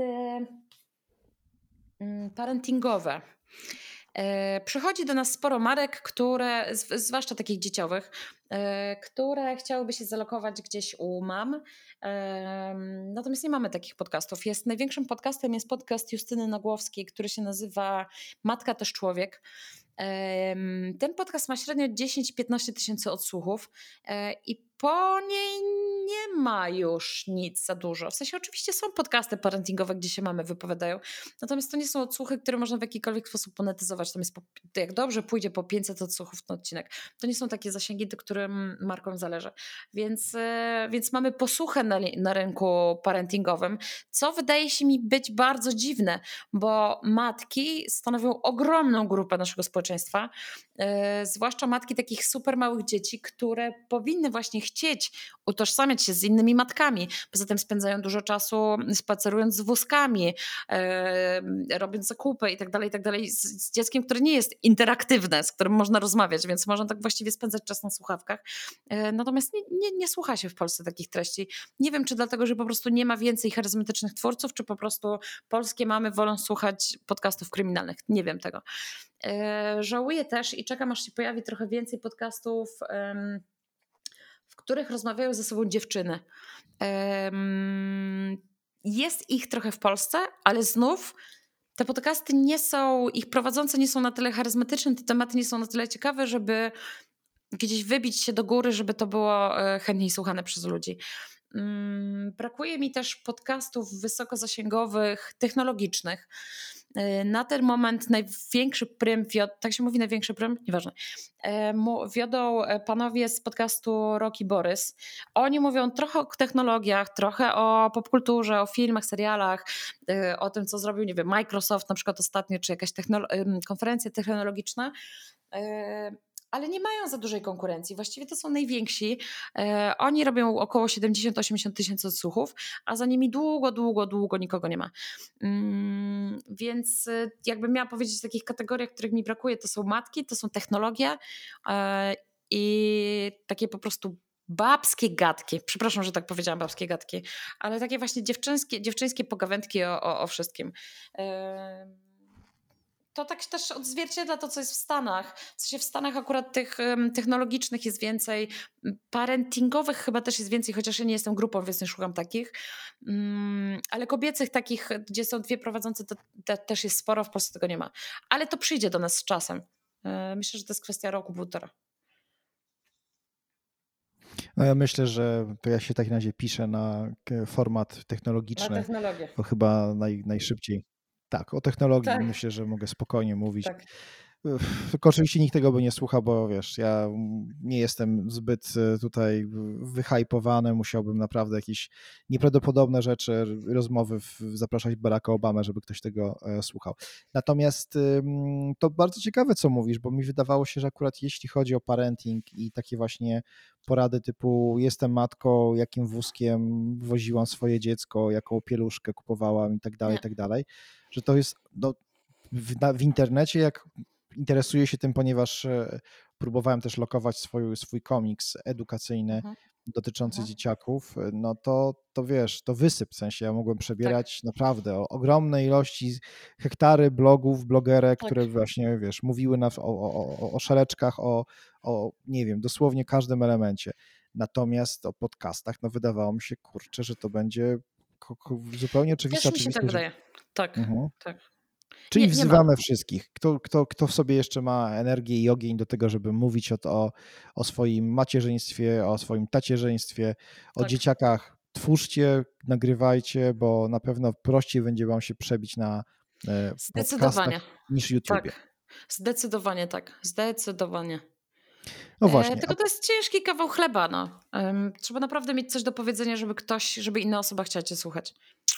parentingowe. Przychodzi do nas sporo marek, które, zwłaszcza takich dzieciowych, które chciałyby się zalokować gdzieś u mam. Natomiast nie mamy takich podcastów. Największym podcastem jest podcast Justyny Nagłowskiej, który się nazywa Matka też człowiek. Ten podcast ma średnio 10-15 tysięcy odsłuchów i po niej nie ma już nic za dużo. W sensie oczywiście są podcasty parentingowe, gdzie się mamy wypowiadają, natomiast to nie są odsłuchy, które można w jakikolwiek sposób monetyzować. Tam jest, jak dobrze pójdzie, po 500 odsłuchów na odcinek. To nie są takie zasięgi, do którym markom zależy. Więc mamy posłuchę na rynku parentingowym, co wydaje się mi być bardzo dziwne, bo matki stanowią ogromną grupę naszego społeczeństwa, zwłaszcza matki takich super małych dzieci, które powinny właśnie chcieć utożsamiać się z innymi matkami. Poza tym spędzają dużo czasu spacerując z wózkami, robiąc zakupy i tak dalej, z dzieckiem, które nie jest interaktywne, z którym można rozmawiać, więc można tak właściwie spędzać czas na słuchawkach. Natomiast nie słucha się w Polsce takich treści. Nie wiem, czy dlatego, że po prostu nie ma więcej charyzmatycznych twórców, czy po prostu polskie mamy wolą słuchać podcastów kryminalnych. Nie wiem tego. Żałuję też i czekam, aż się pojawi trochę więcej podcastów, w których rozmawiają ze sobą dziewczyny. Jest ich trochę w Polsce, ale znów te podcasty ich prowadzące nie są na tyle charyzmatyczne, te tematy nie są na tyle ciekawe, żeby gdzieś wybić się do góry, żeby to było chętniej słuchane przez ludzi. Brakuje mi też podcastów wysokozasięgowych, technologicznych. Na ten moment największy prym, tak się mówi, największy prym, nieważne, wiodą panowie z podcastu Roki Borys. Oni mówią trochę o technologiach, trochę o popkulturze, o filmach, serialach, o tym, co zrobił, nie wiem, Microsoft na przykład ostatnio, czy jakaś konferencja technologiczna. Ale nie mają za dużej konkurencji. Właściwie to są najwięksi. Oni robią około 70-80 tysięcy odsłuchów, a za nimi długo nikogo nie ma. Więc jakbym miała powiedzieć w takich kategoriach, których mi brakuje, to są matki, to są technologie i takie po prostu babskie gadki. Przepraszam, że tak powiedziałam, babskie gadki, ale takie właśnie dziewczyńskie pogawędki o wszystkim. To tak też odzwierciedla to, co jest w Stanach. W sensie w Stanach akurat tych technologicznych jest więcej, parentingowych chyba też jest więcej, chociaż ja nie jestem grupą, więc nie szukam takich. Ale kobiecych takich, gdzie są dwie prowadzące, to też jest sporo, w Polsce tego nie ma. Ale to przyjdzie do nas z czasem. Myślę, że to jest kwestia roku, półtora. No ja myślę, że to ja się w takim razie piszę na format technologiczny. Na technologię. To chyba najszybciej. Tak, o technologii Tak. myślę, że mogę spokojnie mówić. Tak. Tylko oczywiście nikt tego by nie słuchał, bo wiesz, ja nie jestem zbyt tutaj wyhypowany, musiałbym naprawdę jakieś nieprawdopodobne rzeczy, rozmowy zapraszać Baracka Obamę, żeby ktoś tego słuchał. Natomiast to bardzo ciekawe, co mówisz, bo mi wydawało się, że akurat jeśli chodzi o parenting i takie właśnie porady typu jestem matką, jakim wózkiem woziłam swoje dziecko, jaką pieluszkę kupowałam i tak dalej, że to jest w internecie, jak interesuję się tym, ponieważ próbowałem też lokować swój komiks edukacyjny dotyczący dzieciaków, no to wiesz, to wysyp, w sensie ja mogłem przebierać naprawdę o ogromne ilości, hektary blogów, blogerek, które właśnie, wiesz, mówiły o szeleczkach, o nie wiem, dosłownie każdym elemencie. Natomiast o podcastach, no wydawało mi się, kurczę, że to będzie zupełnie oczywista Też mi się tak wydaje. Tak, tak. Czyli wzywamy wszystkich. Kto w sobie jeszcze ma energię i ogień do tego, żeby mówić o swoim macierzyństwie, o swoim tacierzyństwie, o dzieciakach, twórzcie, nagrywajcie, bo na pewno prościej będzie wam się przebić na podcastach niż YouTubie. Tak. Zdecydowanie tak. Zdecydowanie. No właśnie. Tylko to jest ciężki kawał chleba. No. Trzeba naprawdę mieć coś do powiedzenia, żeby inna osoba chciała cię słuchać.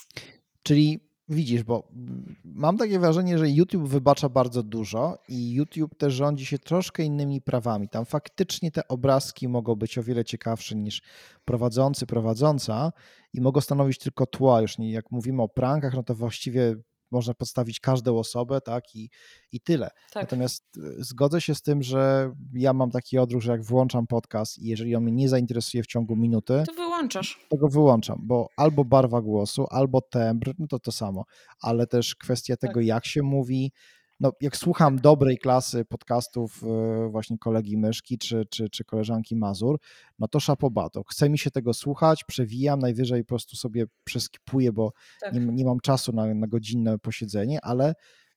Czyli widzisz, bo mam takie wrażenie, że YouTube wybacza bardzo dużo i YouTube też rządzi się troszkę innymi prawami. Tam faktycznie te obrazki mogą być o wiele ciekawsze niż prowadzący, prowadząca i mogą stanowić tylko tło. Już nie, jak mówimy o prankach, no to właściwie można podstawić każdą osobę, tak, i tyle. Tak. Natomiast zgodzę się z tym, że ja mam taki odruch, że jak włączam podcast i jeżeli on mnie nie zainteresuje w ciągu minuty, to wyłączasz. To go wyłączam, bo albo barwa głosu, albo tembr, no to samo, ale też kwestia tego, jak się mówi. No, jak słucham dobrej klasy podcastów właśnie kolegi Myszki czy koleżanki Mazur, no to szapobato. Chce mi się tego słuchać, przewijam, najwyżej po prostu sobie przeskipuję, bo nie mam czasu na godzinne posiedzenie, ale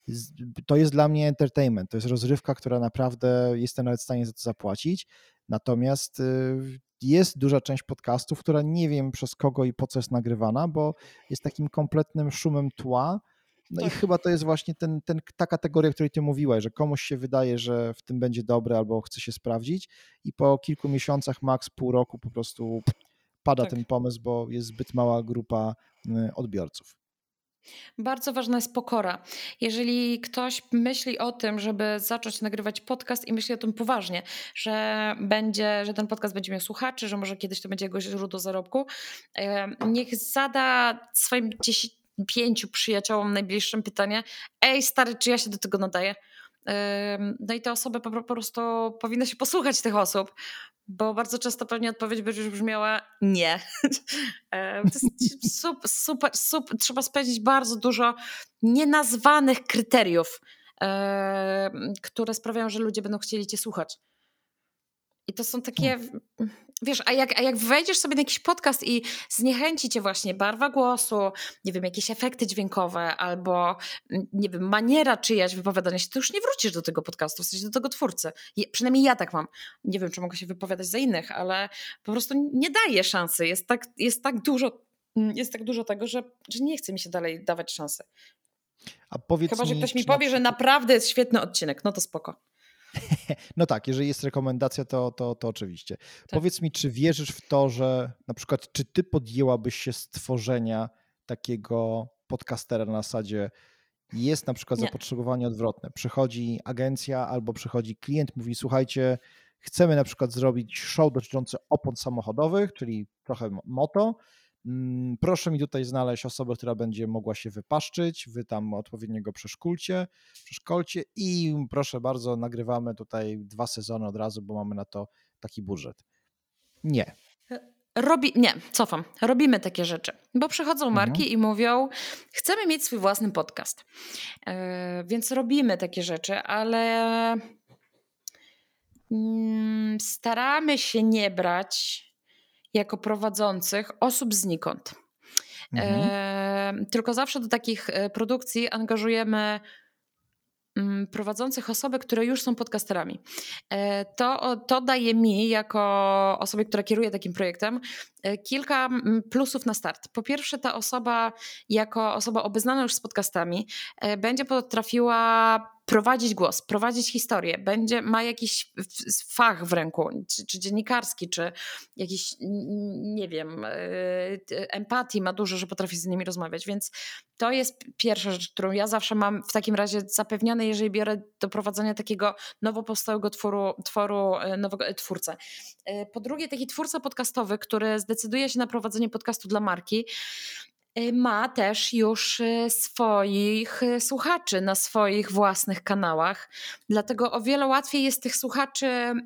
to jest dla mnie entertainment, to jest rozrywka, która naprawdę jestem nawet w stanie za to zapłacić. Natomiast jest duża część podcastów, która nie wiem przez kogo i po co jest nagrywana, bo jest takim kompletnym szumem tła. No i chyba to jest właśnie ta kategoria, o której ty mówiłaś, że komuś się wydaje, że w tym będzie dobre albo chce się sprawdzić i po kilku miesiącach, maks pół roku po prostu pada ten pomysł, bo jest zbyt mała grupa odbiorców. Bardzo ważna jest pokora. Jeżeli ktoś myśli o tym, żeby zacząć nagrywać podcast i myśli o tym poważnie, że ten podcast będzie miał słuchaczy, że może kiedyś to będzie jego źródło zarobku, niech zada swoim 5 przyjaciołom najbliższym pytanie: ej stary, czy ja się do tego nadaję? No i te osoby po prostu powinny się posłuchać tych osób, bo bardzo często pewnie odpowiedź będzie już brzmiała nie. To jest super. Trzeba spełnić bardzo dużo nienazwanych kryteriów, które sprawiają, że ludzie będą chcieli cię słuchać. I to są takie, wiesz, a jak wejdziesz sobie na jakiś podcast i zniechęci cię właśnie barwa głosu, nie wiem, jakieś efekty dźwiękowe albo, nie wiem, maniera czyjaś wypowiadania się, to już nie wrócisz do tego podcastu, w sensie do tego twórcy. Przynajmniej ja tak mam. Nie wiem, czy mogę się wypowiadać za innych, ale po prostu nie daję szansy. Jest tak dużo tego, że nie chce mi się dalej dawać szansy. A powiedz Chyba, że ktoś mi powie, że naprawdę jest świetny odcinek, no to spoko. No tak, jeżeli jest rekomendacja, to oczywiście. Tak. Powiedz mi, czy wierzysz w to, że na przykład, czy ty podjęłabyś się stworzenia takiego podcastera na zasadzie, jest na przykład zapotrzebowanie odwrotne, przychodzi agencja albo przychodzi klient, mówi: słuchajcie, chcemy na przykład zrobić show dotyczący opon samochodowych, czyli trochę moto, proszę mi tutaj znaleźć osobę, która będzie mogła się wypaszczyć, wy tam odpowiednio go przeszkolcie i proszę bardzo, nagrywamy tutaj 2 sezony od razu, bo mamy na to taki budżet. Nie. Cofam. Robimy takie rzeczy, bo przychodzą marki i mówią: chcemy mieć swój własny podcast. Więc robimy takie rzeczy, ale staramy się nie brać jako prowadzących osób znikąd. Tylko zawsze do takich produkcji angażujemy prowadzących osoby, które już są podcasterami. To daje mi, jako osobie, która kieruje takim projektem, kilka plusów na start. Po pierwsze, ta osoba, jako osoba obeznana już z podcastami, będzie potrafiła prowadzić głos, prowadzić historię, ma jakiś fach w ręku, czy dziennikarski, czy jakiś, nie wiem, empatii ma dużo, że potrafi z nimi rozmawiać, więc to jest pierwsza rzecz, którą ja zawsze mam w takim razie zapewnione, jeżeli biorę do prowadzenia takiego nowo powstałego nowego twórcę. Po drugie, taki twórca podcastowy, który zdecyduje się na prowadzenie podcastu dla marki, ma też już swoich słuchaczy na swoich własnych kanałach. Dlatego o wiele łatwiej jest tych słuchaczy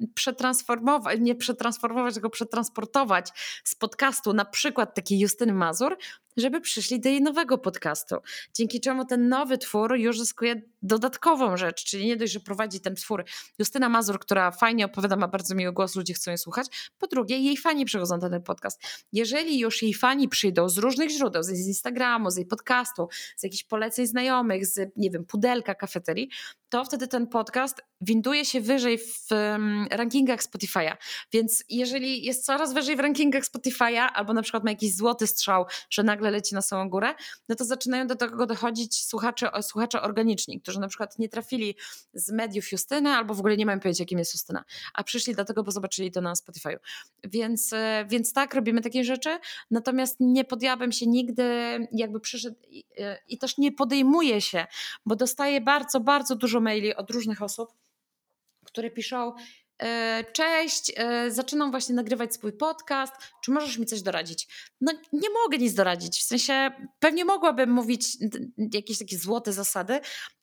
nie przetransformować, tylko przetransportować z podcastu, na przykład takiej Justyny Mazur, żeby przyszli do jej nowego podcastu. Dzięki czemu ten nowy twór już zyskuje dodatkową rzecz, czyli nie dość, że prowadzi ten twór Justyna Mazur, która fajnie opowiada, ma bardzo miły głos, ludzie chcą jej słuchać. Po drugie, jej fani przychodzą na ten podcast. Jeżeli już jej fani przyjdą z różnych źródeł, z Instagramu, z jej podcastu, z jakichś poleceń znajomych, z, nie wiem, pudelka, kafeterii, to wtedy ten podcast winduje się wyżej w rankingach Spotify'a. Więc jeżeli jest coraz wyżej w rankingach Spotify'a, albo na przykład ma jakiś złoty strzał, że nagle leci na samą górę, no to zaczynają do tego dochodzić słuchacze organiczni, którzy na przykład nie trafili z mediów Justyny, albo w ogóle nie mają pojęcia, kim jest Justyna, a przyszli dlatego, bo zobaczyli to na Spotify'u. Więc tak, robimy takie rzeczy, natomiast nie podjęłabym się nigdy, jakby przyszedł i też nie podejmuję się, bo dostaję bardzo, bardzo dużo maili od różnych osób, które piszą: cześć, zaczynam właśnie nagrywać swój podcast, czy możesz mi coś doradzić? No nie mogę nic doradzić, w sensie pewnie mogłabym mówić jakieś takie złote zasady,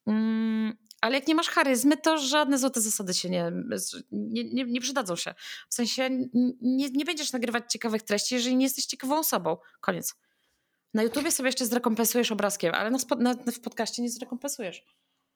ale jak nie masz charyzmy, to żadne złote zasady się nie przydadzą się. W sensie nie będziesz nagrywać ciekawych treści, jeżeli nie jesteś ciekawą osobą. Koniec. Na YouTubie sobie jeszcze zrekompensujesz obrazkiem, ale w podcaście nie zrekompensujesz.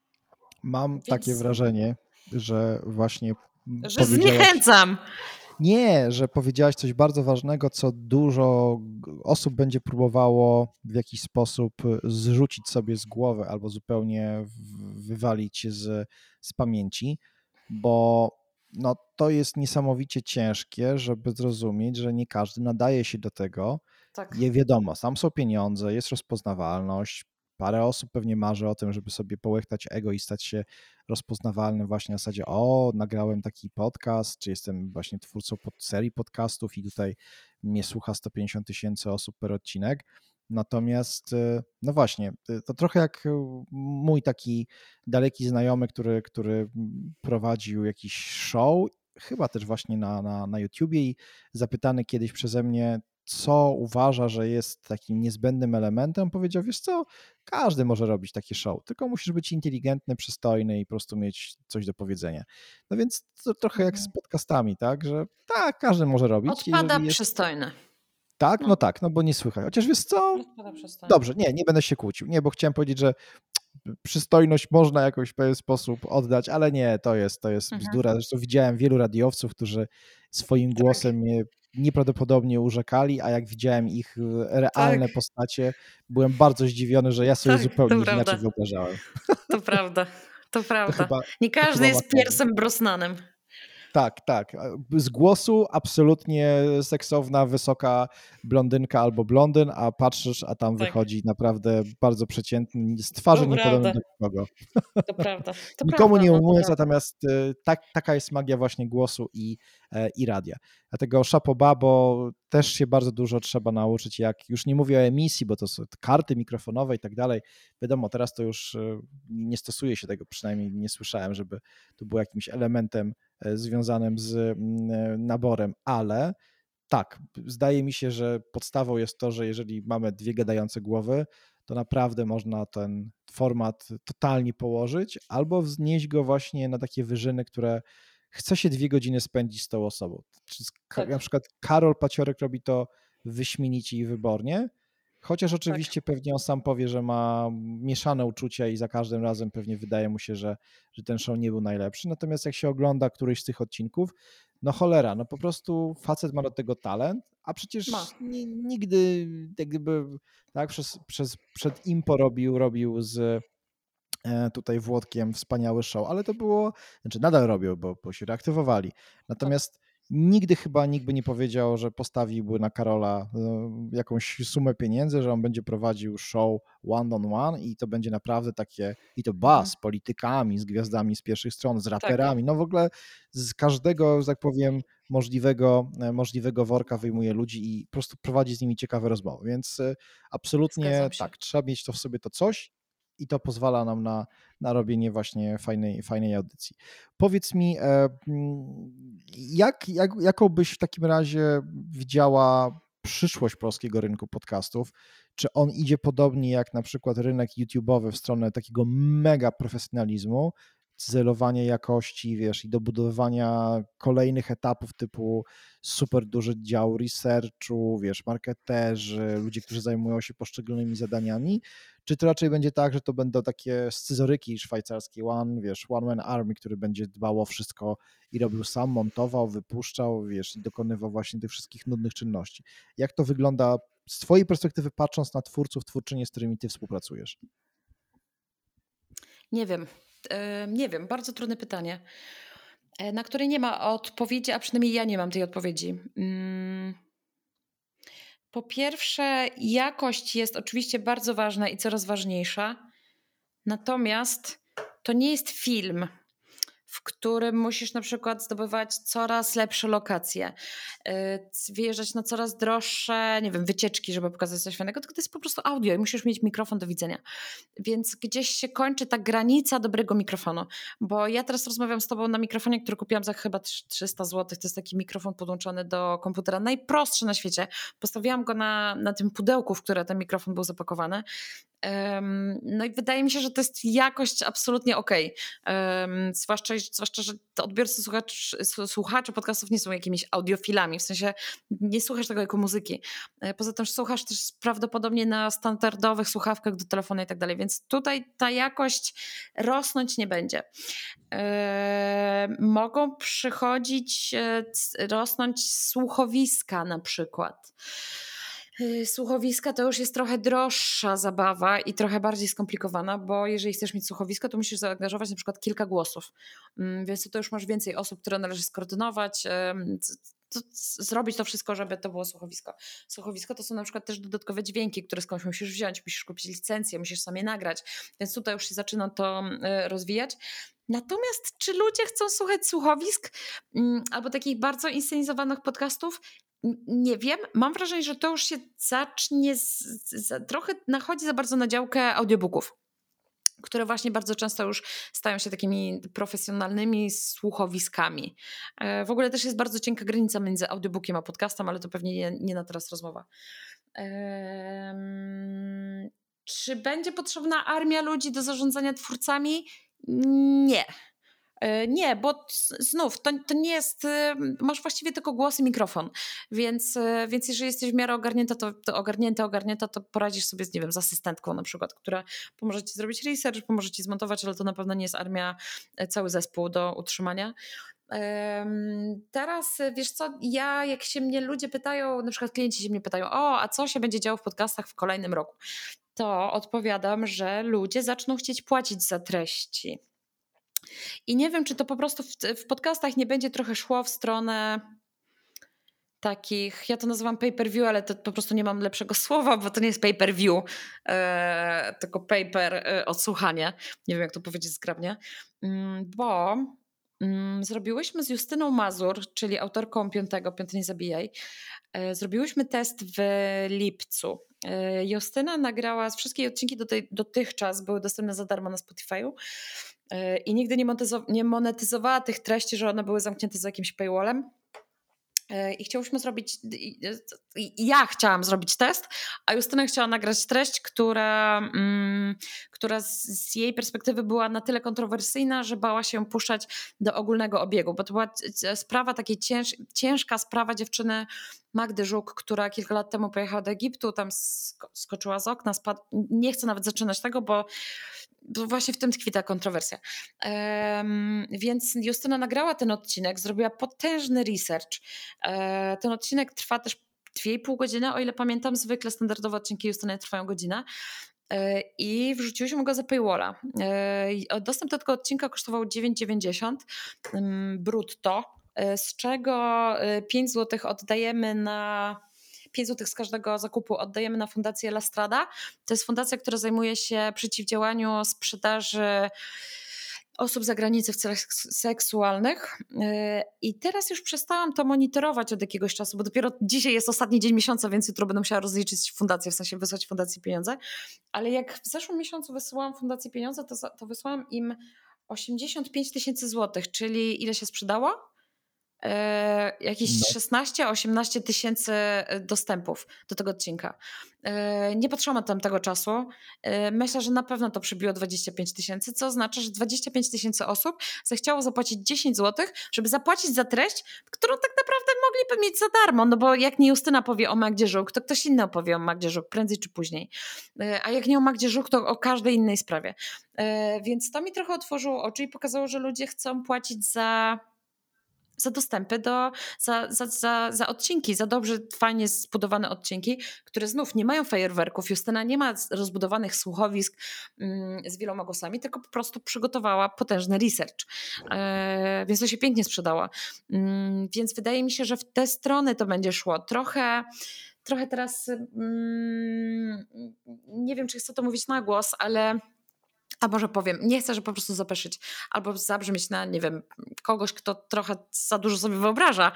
Mam takie wrażenie, że właśnie że zniechęcam. Nie, że powiedziałaś coś bardzo ważnego, co dużo osób będzie próbowało w jakiś sposób zrzucić sobie z głowy albo zupełnie wywalić z pamięci, bo no, to jest niesamowicie ciężkie, żeby zrozumieć, że nie każdy nadaje się do tego. Tak. Wiadomo, tam są pieniądze, jest rozpoznawalność. Parę osób pewnie marzy o tym, żeby sobie połechtać ego i stać się rozpoznawalnym właśnie na zasadzie: o, nagrałem taki podcast, czy jestem właśnie twórcą serii podcastów i tutaj mnie słucha 150 000 osób per odcinek. Natomiast no właśnie, to trochę jak mój taki daleki znajomy, który prowadził jakiś show, chyba też właśnie na YouTubie, i zapytany kiedyś przeze mnie, co uważa, że jest takim niezbędnym elementem, powiedział: wiesz co, każdy może robić takie show, tylko musisz być inteligentny, przystojny i po prostu mieć coś do powiedzenia. No więc to trochę jak z podcastami, tak, że tak, każdy może robić. Odpada przystojny. Tak, no tak, no bo nie słychać. Chociaż wiesz co, dobrze, nie będę się kłócił, nie, bo chciałem powiedzieć, że przystojność można jakoś w pewien sposób oddać, ale nie, to jest bzdura. Zresztą widziałem wielu radiowców, którzy swoim głosem mnie nieprawdopodobnie urzekali, a jak widziałem ich realne postacie, byłem bardzo zdziwiony, że ja sobie zupełnie inaczej wyobrażałem. To prawda. Nie każdy jest Piersem Brosnanem. Tak. Z głosu absolutnie seksowna, wysoka blondynka albo blondyn, a patrzysz, a tam wychodzi naprawdę bardzo przeciętny, z twarzy niepodobny do kogo. To prawda. Nikomu nie ujmując, natomiast taka jest magia właśnie głosu i radia. Dlatego chapeau bas, bo też się bardzo dużo trzeba nauczyć, jak już nie mówię o emisji, bo to są karty mikrofonowe i tak dalej. Wiadomo, teraz to już nie stosuje się tego, przynajmniej nie słyszałem, żeby to było jakimś elementem związanym z naborem, ale tak, zdaje mi się, że podstawą jest to, że jeżeli mamy dwie gadające głowy, to naprawdę można ten format totalnie położyć albo wznieść go właśnie na takie wyżyny, które chce się 2 godziny spędzić z tą osobą. Na przykład Karol Paciorek robi to wyśmienicie i wybornie, chociaż oczywiście pewnie on sam powie, że ma mieszane uczucia i za każdym razem pewnie wydaje mu się, że ten show nie był najlepszy. Natomiast jak się ogląda któryś z tych odcinków, no cholera, no po prostu facet ma do tego talent, a przecież nigdy jak gdyby tak przed Impo robił z tutaj Włodkiem wspaniały show, ale to było, znaczy nadal robią, bo się reaktywowali. Natomiast nigdy chyba nikt by nie powiedział, że postawiłby na Karola jakąś sumę pieniędzy, że on będzie prowadził show one on one i to będzie naprawdę takie, i to z politykami, z gwiazdami z pierwszych stron, z raperami, no w ogóle z każdego, że tak powiem, możliwego worka wyjmuje ludzi i po prostu prowadzi z nimi ciekawe rozmowy, więc absolutnie tak, trzeba mieć to w sobie to coś i to pozwala nam na robienie właśnie fajnej audycji. Powiedz mi, jaką byś w takim razie widziała przyszłość polskiego rynku podcastów? Czy on idzie podobnie jak na przykład rynek YouTube'owy w stronę takiego mega profesjonalizmu, celowania jakości, wiesz, i dobudowywania kolejnych etapów typu super duży dział researchu, wiesz, marketerzy, ludzie, którzy zajmują się poszczególnymi zadaniami, czy to raczej będzie tak, że to będą takie scyzoryki szwajcarskie, one man army, który będzie dbał o wszystko i robił sam, montował, wypuszczał, wiesz, i dokonywał właśnie tych wszystkich nudnych czynności. Jak to wygląda z twojej perspektywy, patrząc na twórców, twórczynie, z którymi ty współpracujesz? Nie wiem. Nie wiem, bardzo trudne pytanie, na które nie ma odpowiedzi, a przynajmniej ja nie mam tej odpowiedzi. Po pierwsze, jakość jest oczywiście bardzo ważna i coraz ważniejsza, natomiast to nie jest film, w którym musisz na przykład zdobywać coraz lepsze lokacje, wyjeżdżać na coraz droższe, nie wiem, wycieczki, żeby pokazać coś fajnego, tylko to jest po prostu audio i musisz mieć mikrofon do widzenia. Więc gdzieś się kończy ta granica dobrego mikrofonu, bo ja teraz rozmawiam z tobą na mikrofonie, który kupiłam za chyba 300 zł. To jest taki mikrofon podłączony do komputera, najprostszy na świecie. Postawiłam go na tym pudełku, w które ten mikrofon był zapakowany. No i wydaje mi się, że to jest jakość absolutnie okej. Zwłaszcza, że odbiorcy słuchacze podcastów nie są jakimiś audiofilami, w sensie nie słuchasz tego jako muzyki. Poza tym słuchasz też prawdopodobnie na standardowych słuchawkach do telefonu i tak dalej, więc tutaj ta jakość rosnąć nie będzie. Mogą rosnąć słuchowiska na przykład. Słuchowiska to już jest trochę droższa zabawa i trochę bardziej skomplikowana, bo jeżeli chcesz mieć słuchowisko, to musisz zaangażować na przykład kilka głosów, więc to już masz więcej osób, które należy skoordynować, zrobić to wszystko, żeby to było słuchowisko. Słuchowisko to są na przykład też dodatkowe dźwięki, które skądś musisz wziąć, musisz kupić licencję, musisz sam je nagrać, więc tutaj już się zaczyna to rozwijać. Natomiast czy ludzie chcą słuchać słuchowisk albo takich bardzo inscenizowanych podcastów? Nie wiem. Mam wrażenie, że to już się zacznie trochę nachodzi za bardzo na działkę audiobooków, które właśnie bardzo często już stają się takimi profesjonalnymi słuchowiskami. W ogóle też jest bardzo cienka granica między audiobookiem a podcastem, ale to pewnie nie na teraz rozmowa. Czy będzie potrzebna armia ludzi do zarządzania twórcami? Nie. Nie, bo znów to nie jest, masz właściwie tylko głos i mikrofon, więc jeżeli jesteś w miarę ogarnięta, to poradzisz sobie nie wiem, z asystentką na przykład, która pomoże ci zrobić research, pomoże ci zmontować, ale to na pewno nie jest armia, cały zespół do utrzymania. Teraz wiesz co, jak się mnie ludzie pytają, na przykład klienci się mnie pytają, a co się będzie działo w podcastach w kolejnym roku, to odpowiadam, że ludzie zaczną chcieć płacić za treści. I nie wiem, czy to po prostu w podcastach nie będzie trochę szło w stronę takich, ja to nazywam pay-per-view, ale to po prostu nie mam lepszego słowa, bo to nie jest pay-per-view, tylko paper odsłuchanie. Nie wiem, jak to powiedzieć zgrabnie. Bo zrobiłyśmy z Justyną Mazur, czyli autorką Piąty nie zabijaj, zrobiłyśmy test w lipcu. Justyna nagrała, wszystkie odcinki dotychczas były dostępne za darmo na Spotify'u i nigdy nie monetyzowała tych treści, że one były zamknięte za jakimś paywallem. I ja chciałam zrobić test, a Justyna chciała nagrać treść, która z jej perspektywy była na tyle kontrowersyjna, że bała się puszczać do ogólnego obiegu, bo to była sprawa, takiej ciężka sprawa dziewczyny Magdy Żuk, która kilka lat temu pojechała do Egiptu, tam skoczyła z okna, spadła. Nie chcę nawet zaczynać tego, bo właśnie w tym tkwi ta kontrowersja. Więc Justyna nagrała ten odcinek, zrobiła potężny research. Ten odcinek trwa też 2,5 godziny, o ile pamiętam, zwykle standardowe odcinki Justyny trwają godzinę. I wrzuciłyśmy go za paywalla. Dostęp do tego odcinka kosztował 9,90 brutto, z czego 5 zł oddajemy 5 zł z każdego zakupu oddajemy na fundację La Strada. To jest fundacja, która zajmuje się przeciwdziałaniu sprzedaży osób za granicą w celach seksualnych. I teraz już przestałam to monitorować od jakiegoś czasu, bo dopiero dzisiaj jest ostatni dzień miesiąca, więc jutro będę musiała rozliczyć fundację, w sensie wysłać fundacji pieniądze. Ale jak w zeszłym miesiącu wysyłałam fundacji pieniądze, to wysłałam im 85 000 złotych, czyli ile się sprzedało? Jakieś 16-18 tysięcy dostępów do tego odcinka. Nie patrzyłam od tamtego czasu. Myślę, że na pewno to przybiło 25 tysięcy, co oznacza, że 25 tysięcy osób zechciało zapłacić 10 zł, żeby zapłacić za treść, którą tak naprawdę mogliby mieć za darmo, no bo jak nie Justyna powie o Magdzie Żuk, to ktoś inny opowie o Magdzie Żuk, prędzej czy później. A jak nie o Magdzie Żuk, to o każdej innej sprawie. Więc to mi trochę otworzyło oczy i pokazało, że ludzie chcą płacić za dostępy za odcinki, za dobrze, fajnie zbudowane odcinki, które znów nie mają fajerwerków. Justyna nie ma rozbudowanych słuchowisk z wieloma głosami, tylko po prostu przygotowała potężny research. Więc to się pięknie sprzedało. Więc wydaje mi się, że w tę stronę to będzie szło. Trochę teraz nie wiem, czy chcę to mówić na głos, ale a może powiem, nie chcę, żeby po prostu zapeszyć albo zabrzmieć na, nie wiem, kogoś, kto trochę za dużo sobie wyobraża,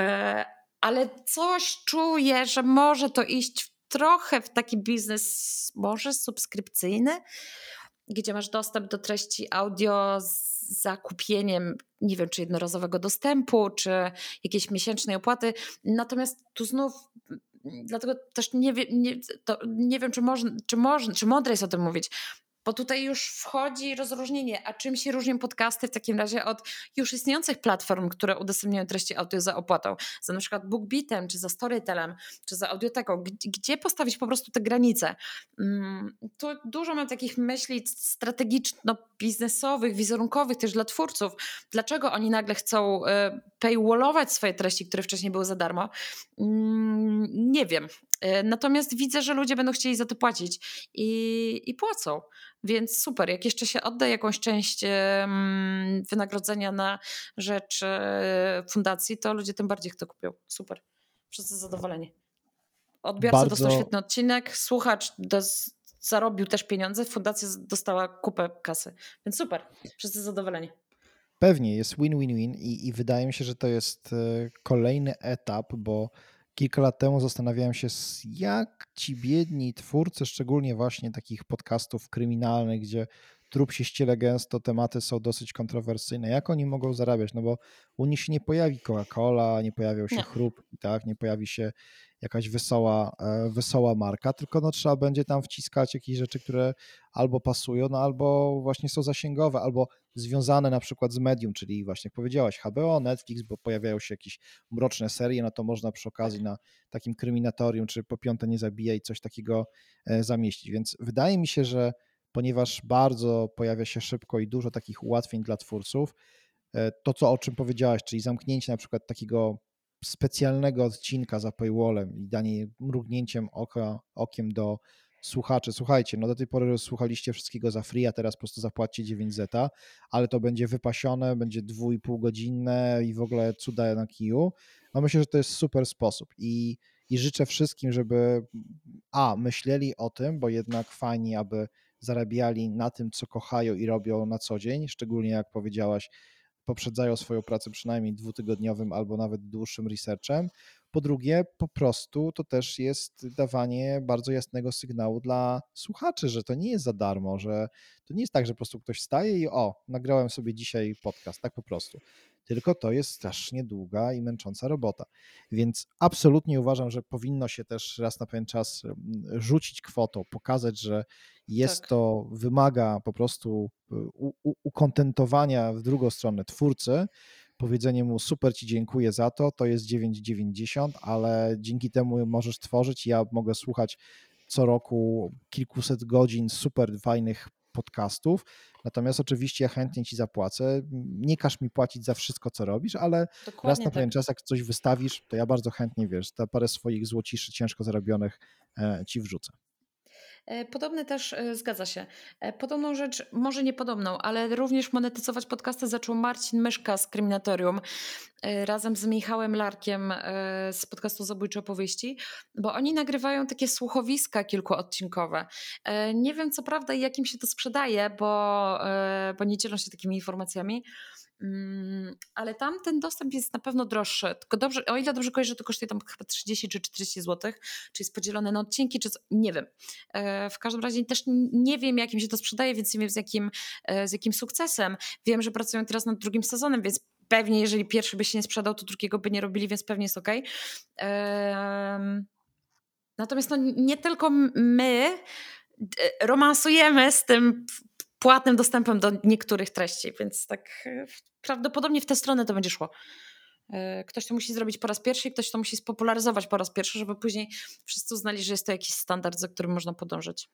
ale coś czuję, że może to iść trochę w taki biznes może subskrypcyjny, gdzie masz dostęp do treści audio z zakupieniem, nie wiem, czy jednorazowego dostępu, czy jakiejś miesięcznej opłaty. Natomiast tu znów dlatego też nie wiem, czy mądre jest o tym mówić. Bo tutaj już wchodzi rozróżnienie, a czym się różnią podcasty w takim razie od już istniejących platform, które udostępniają treści audio za opłatą, za na przykład BookBeatem, czy za Storytelem, czy za Audioteką, gdzie postawić po prostu te granice. Tu dużo mam takich myśli strategiczno-biznesowych, wizerunkowych też dla twórców. Dlaczego oni nagle chcą paywallować swoje treści, które wcześniej były za darmo? Nie wiem. Natomiast widzę, że ludzie będą chcieli za to płacić i płacą. Więc super, jak jeszcze się odda jakąś część wynagrodzenia na rzecz fundacji, to ludzie tym bardziej to kupią. Super, wszyscy zadowoleni. Odbiorca dostał świetny odcinek, słuchacz zarobił też pieniądze, fundacja dostała kupę kasy. Więc super, wszyscy zadowoleni. Pewnie, jest win-win-win i wydaje mi się, że to jest kolejny etap, bo kilka lat temu zastanawiałem się, jak ci biedni twórcy, szczególnie właśnie takich podcastów kryminalnych, gdzie trup się ściele gęsto, tematy są dosyć kontrowersyjne, jak oni mogą zarabiać? No bo u nich się nie pojawi Coca-Cola, nie pojawią się chrupki, tak? Nie pojawi się jakaś wesoła marka, tylko no trzeba będzie tam wciskać jakieś rzeczy, które albo pasują, no albo właśnie są zasięgowe, albo związane na przykład z medium, czyli właśnie jak powiedziałaś, HBO, Netflix, bo pojawiają się jakieś mroczne serie, no to można przy okazji na takim kryminatorium, czy Po piąte nie zabijaj, coś takiego zamieścić. Więc wydaje mi się, że ponieważ bardzo pojawia się szybko i dużo takich ułatwień dla twórców, to o czym powiedziałaś, czyli zamknięcie na przykład takiego specjalnego odcinka za paywallem i danie mrugnięciem okiem do słuchaczy. Słuchajcie, no do tej pory słuchaliście wszystkiego za free, a teraz po prostu zapłaćcie 9 zeta, ale to będzie wypasione, będzie 2,5 godzinne i w ogóle cuda na kiju. No myślę, że to jest super sposób i życzę wszystkim, żeby myśleli o tym, bo jednak fajnie, aby zarabiali na tym, co kochają i robią na co dzień, szczególnie jak powiedziałaś, poprzedzają swoją pracę przynajmniej 2-tygodniowym albo nawet dłuższym researchem. Po drugie, po prostu to też jest dawanie bardzo jasnego sygnału dla słuchaczy, że to nie jest za darmo, że to nie jest tak, że po prostu ktoś wstaje i nagrałem sobie dzisiaj podcast, tak po prostu. Tylko to jest strasznie długa i męcząca robota. Więc absolutnie uważam, że powinno się też raz na pewien czas rzucić kwotą, pokazać, że jest to, wymaga po prostu ukontentowania w drugą stronę twórcy, powiedzenie mu super ci dziękuję za to jest 9,90, ale dzięki temu możesz tworzyć, ja mogę słuchać co roku kilkuset godzin super fajnych podcastów, natomiast oczywiście ja chętnie ci zapłacę, nie każ mi płacić za wszystko, co robisz, ale dokładnie raz na pewien czas, jak coś wystawisz, to ja bardzo chętnie, te parę swoich złociszy ciężko zarobionych ci wrzucę. Podobny też, zgadza się. Podobną rzecz, może nie podobną, ale również monetyzować podcasty zaczął Marcin Myszka z Kryminatorium razem z Michałem Larkiem z podcastu Zabójcze opowieści, bo oni nagrywają takie słuchowiska kilkuodcinkowe. Nie wiem co prawda jak im się to sprzedaje, bo nie dzielą się takimi informacjami, ale tam ten dostęp jest na pewno droższy. Tylko o ile dobrze kojarzę, to kosztuje tam chyba 30 czy 40 zł, czy jest podzielone na odcinki, czy nie wiem. W każdym razie też nie wiem, jakim się to sprzedaje, więc nie wiem z jakim sukcesem. Wiem, że pracują teraz nad drugim sezonem, więc pewnie jeżeli pierwszy by się nie sprzedał, to drugiego by nie robili, więc pewnie jest okej. Natomiast no, nie tylko my romansujemy z tym płatnym dostępem do niektórych treści, więc tak prawdopodobnie w tę stronę to będzie szło. Ktoś to musi zrobić po raz pierwszy i ktoś to musi spopularyzować po raz pierwszy, żeby później wszyscy uznali, że jest to jakiś standard, za którym można podążyć.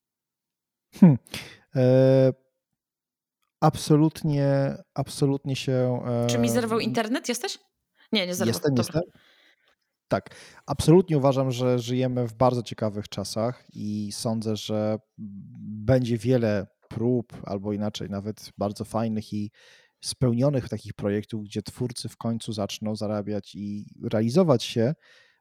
Absolutnie się... Czy mi zerwał internet? Jesteś? Nie zerwał. Jestem. Tak, absolutnie uważam, że żyjemy w bardzo ciekawych czasach i sądzę, że będzie wiele prób, albo inaczej, nawet bardzo fajnych i spełnionych takich projektów, gdzie twórcy w końcu zaczną zarabiać i realizować się,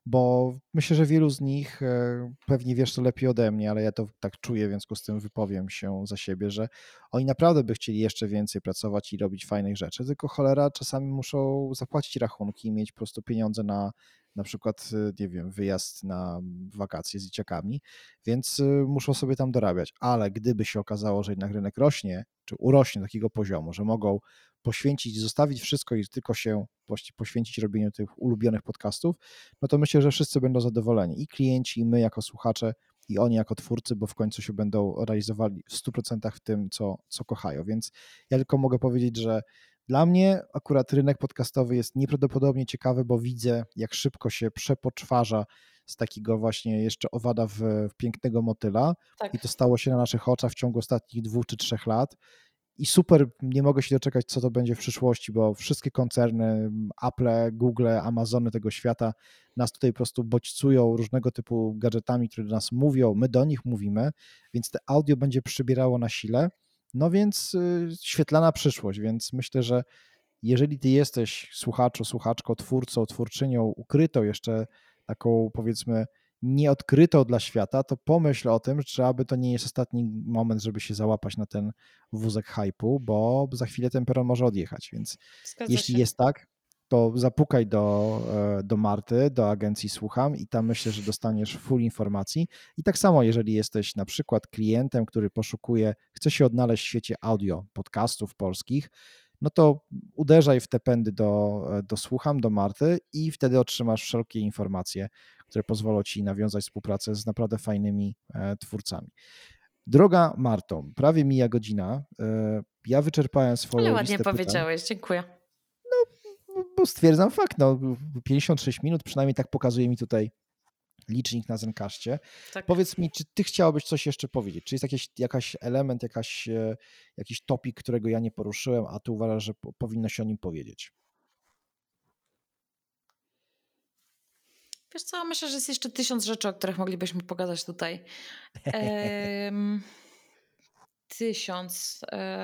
bo myślę, że wielu z nich, pewnie wiesz to lepiej ode mnie, ale ja to tak czuję, w związku z tym wypowiem się za siebie, że oni naprawdę by chcieli jeszcze więcej pracować i robić fajnych rzeczy, tylko cholera, czasami muszą zapłacić rachunki i mieć po prostu pieniądze na przykład, nie wiem, wyjazd na wakacje z dzieciakami, więc muszą sobie tam dorabiać. Ale gdyby się okazało, że jednak rynek rośnie, czy urośnie do takiego poziomu, że mogą poświęcić, zostawić wszystko i tylko się poświęcić robieniu tych ulubionych podcastów, no to myślę, że wszyscy będą zadowoleni. I klienci, i my jako słuchacze, i oni jako twórcy, bo w końcu się będą realizowali w 100% w tym, co kochają. Więc ja tylko mogę powiedzieć, że dla mnie akurat rynek podcastowy jest nieprawdopodobnie ciekawy, bo widzę, jak szybko się przepoczwarza z takiego właśnie jeszcze owada w pięknego motyla. Tak. I to stało się na naszych oczach w ciągu ostatnich 2 czy 3 lat. I super, nie mogę się doczekać, co to będzie w przyszłości, bo wszystkie koncerny, Apple, Google, Amazony tego świata nas tutaj po prostu bodźcują różnego typu gadżetami, które do nas mówią, my do nich mówimy, więc te audio będzie przybierało na sile. No więc świetlana przyszłość, więc myślę, że jeżeli ty jesteś słuchaczką, twórcą, twórczynią, ukrytą jeszcze taką, powiedzmy, nieodkrytą dla świata, to pomyśl o tym, czy aby to nie jest ostatni moment, żeby się załapać na ten wózek hype'u, bo za chwilę ten peron może odjechać, więc jeśli jest tak, to zapukaj do Marty, do agencji Słucham i tam myślę, że dostaniesz full informacji. I tak samo, jeżeli jesteś na przykład klientem, który chce się odnaleźć w świecie audio, podcastów polskich, no to uderzaj w te pędy do Słucham, do Marty i wtedy otrzymasz wszelkie informacje, które pozwolą ci nawiązać współpracę z naprawdę fajnymi twórcami. Droga Marto, prawie mija godzina. Ja wyczerpałem swoją listę. Ale ładnie powiedziałeś, dziękuję. No, bo stwierdzam fakt, 56 minut, przynajmniej tak pokazuje mi tutaj licznik na Zencaście. Tak. Powiedz mi, czy ty chciałabyś coś jeszcze powiedzieć? Czy jest jakiś element, jakiś topik, którego ja nie poruszyłem, a ty uważasz, że powinno się o nim powiedzieć? Wiesz co, myślę, że jest jeszcze 1000 rzeczy, o których moglibyśmy pogadać tutaj. 1000.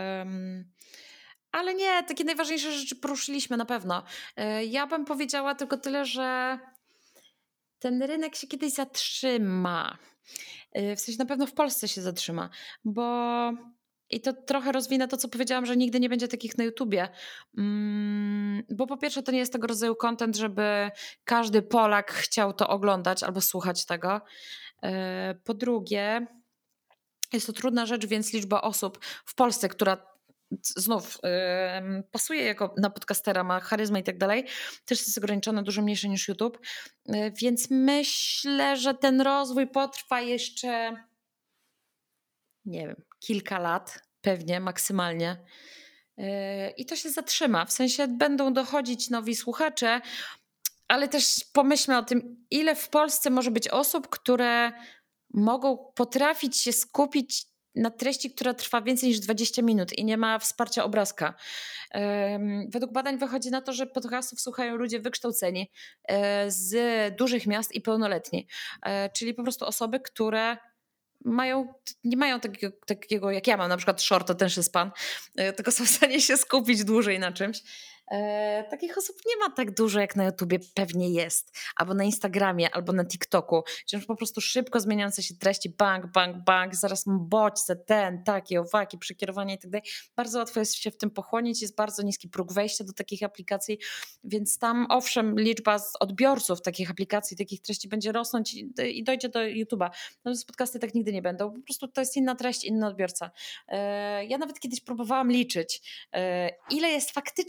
Ale nie, takie najważniejsze rzeczy poruszyliśmy na pewno. Ja bym powiedziała tylko tyle, że ten rynek się kiedyś zatrzyma. W sensie na pewno w Polsce się zatrzyma, bo i to trochę rozwinę to, co powiedziałam, że nigdy nie będzie takich na YouTubie. Bo po pierwsze to nie jest tego rodzaju content, żeby każdy Polak chciał to oglądać albo słuchać tego. Po drugie, jest to trudna rzecz, więc liczba osób w Polsce, która znów pasuje jako na podcastera, ma charyzmę i tak dalej, też jest ograniczona, dużo mniejsze niż YouTube. Więc myślę, że ten rozwój potrwa jeszcze, nie wiem, kilka lat, pewnie maksymalnie. I to się zatrzyma. W sensie będą dochodzić nowi słuchacze, ale też pomyślmy o tym, ile w Polsce może być osób, które mogą potrafić się skupić na treści, która trwa więcej niż 20 minut i nie ma wsparcia obrazka. Według badań wychodzi na to, że podcastów słuchają ludzie wykształceni z dużych miast i pełnoletni. Czyli po prostu osoby, które nie mają takiego jak ja mam, na przykład short attention span, tylko są w stanie się skupić dłużej na czymś. Takich osób nie ma tak dużo, jak na YouTubie pewnie jest, albo na Instagramie, albo na TikToku, wciąż po prostu szybko zmieniające się treści, bang, bang, bang, zaraz bodźce, takie, owaki, przekierowanie i tak dalej. Bardzo łatwo jest się w tym pochłonić, jest bardzo niski próg wejścia do takich aplikacji, więc tam owszem liczba odbiorców takich aplikacji, takich treści będzie rosnąć i dojdzie do YouTuba. Natomiast podcasty tak nigdy nie będą, po prostu to jest inna treść, inny odbiorca. Ja nawet kiedyś próbowałam liczyć, ile jest faktycznie osób,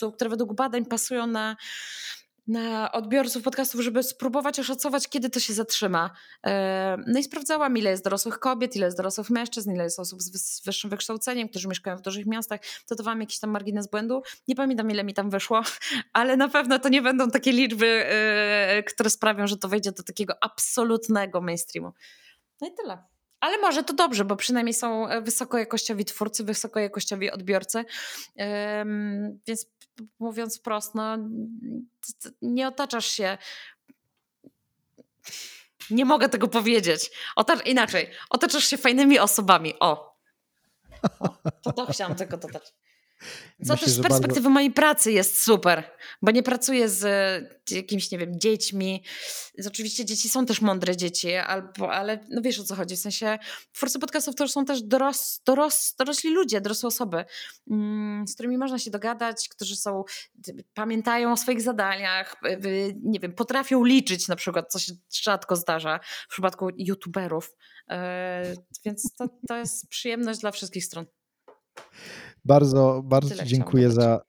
osób, które według badań pasują na odbiorców podcastów, żeby spróbować oszacować, kiedy to się zatrzyma. No i sprawdzałam, ile jest dorosłych kobiet, ile jest dorosłych mężczyzn, ile jest osób z wyższym wykształceniem, którzy mieszkają w dużych miastach. To dawałam jakiś tam margines błędu. Nie pamiętam, ile mi tam wyszło, ale na pewno to nie będą takie liczby, które sprawią, że to wejdzie do takiego absolutnego mainstreamu. No i tyle. Ale może to dobrze, bo przynajmniej są wysokojakościowi twórcy, wysokojakościowi odbiorcy. Więc mówiąc wprost, no, nie otaczasz się... Nie mogę tego powiedzieć. Inaczej. Otaczasz się fajnymi osobami. To chciałam tylko dodać. Co też z perspektywy mojej pracy jest super, bo nie pracuję z jakimiś, nie wiem, dziećmi. Oczywiście dzieci są też mądre dzieci, ale no wiesz, o co chodzi. W sensie twórcy podcastów to już są też dorośli ludzie, dorosłe osoby, z którymi można się dogadać, którzy pamiętają o swoich zadaniach, nie wiem, potrafią liczyć na przykład, co się rzadko zdarza w przypadku youtuberów. Więc to jest przyjemność dla wszystkich stron. Bardzo Ci dziękuję za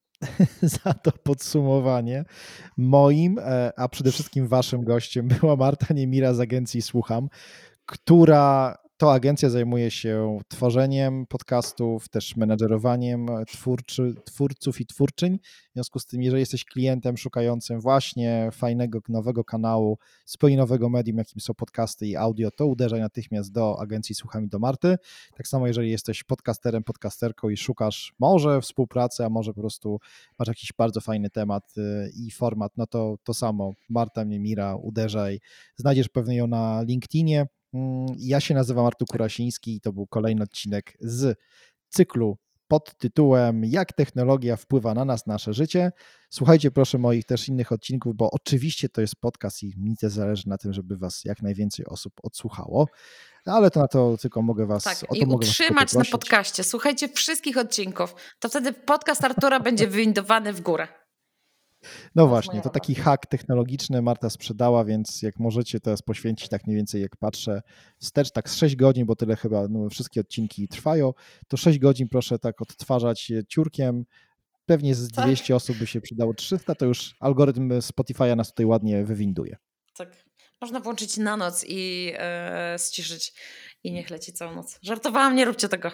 to podsumowanie. Moim, a przede wszystkim waszym gościem była Marta Niemira z agencji Słucham, która to agencja zajmuje się tworzeniem podcastów, też menadżerowaniem twórców i twórczyń. W związku z tym, jeżeli jesteś klientem szukającym właśnie fajnego, nowego kanału, zupełnie nowego medium, jakim są podcasty i audio, to uderzaj natychmiast do agencji Słucham i do Marty. Tak samo, jeżeli jesteś podcasterem, podcasterką i szukasz może współpracy, a może po prostu masz jakiś bardzo fajny temat i format, no to samo. Marta Niemira, uderzaj. Znajdziesz pewnie ją na LinkedInie. Ja się nazywam Artur Kurasiński i to był kolejny odcinek z cyklu pod tytułem Jak technologia wpływa na nas, nasze życie. Słuchajcie proszę moich też innych odcinków, bo oczywiście to jest podcast i mi też zależy na tym, żeby was jak najwięcej osób odsłuchało, ale to na to tylko mogę was... Tak, i utrzymać na podcaście. Słuchajcie wszystkich odcinków, to wtedy podcast Artura będzie wywindowany w górę. No właśnie, to taki hack technologiczny Marta sprzedała, więc jak możecie teraz poświęcić tak mniej więcej, jak patrzę wstecz, tak z 6 godzin, bo tyle chyba wszystkie odcinki trwają, to 6 godzin proszę tak odtwarzać ciurkiem. Pewnie z 200 osób by się przydało 300, to już algorytm Spotify'a nas tutaj ładnie wywinduje. Tak, można włączyć na noc i ściszyć i niech leci całą noc. Żartowałam, nie róbcie tego.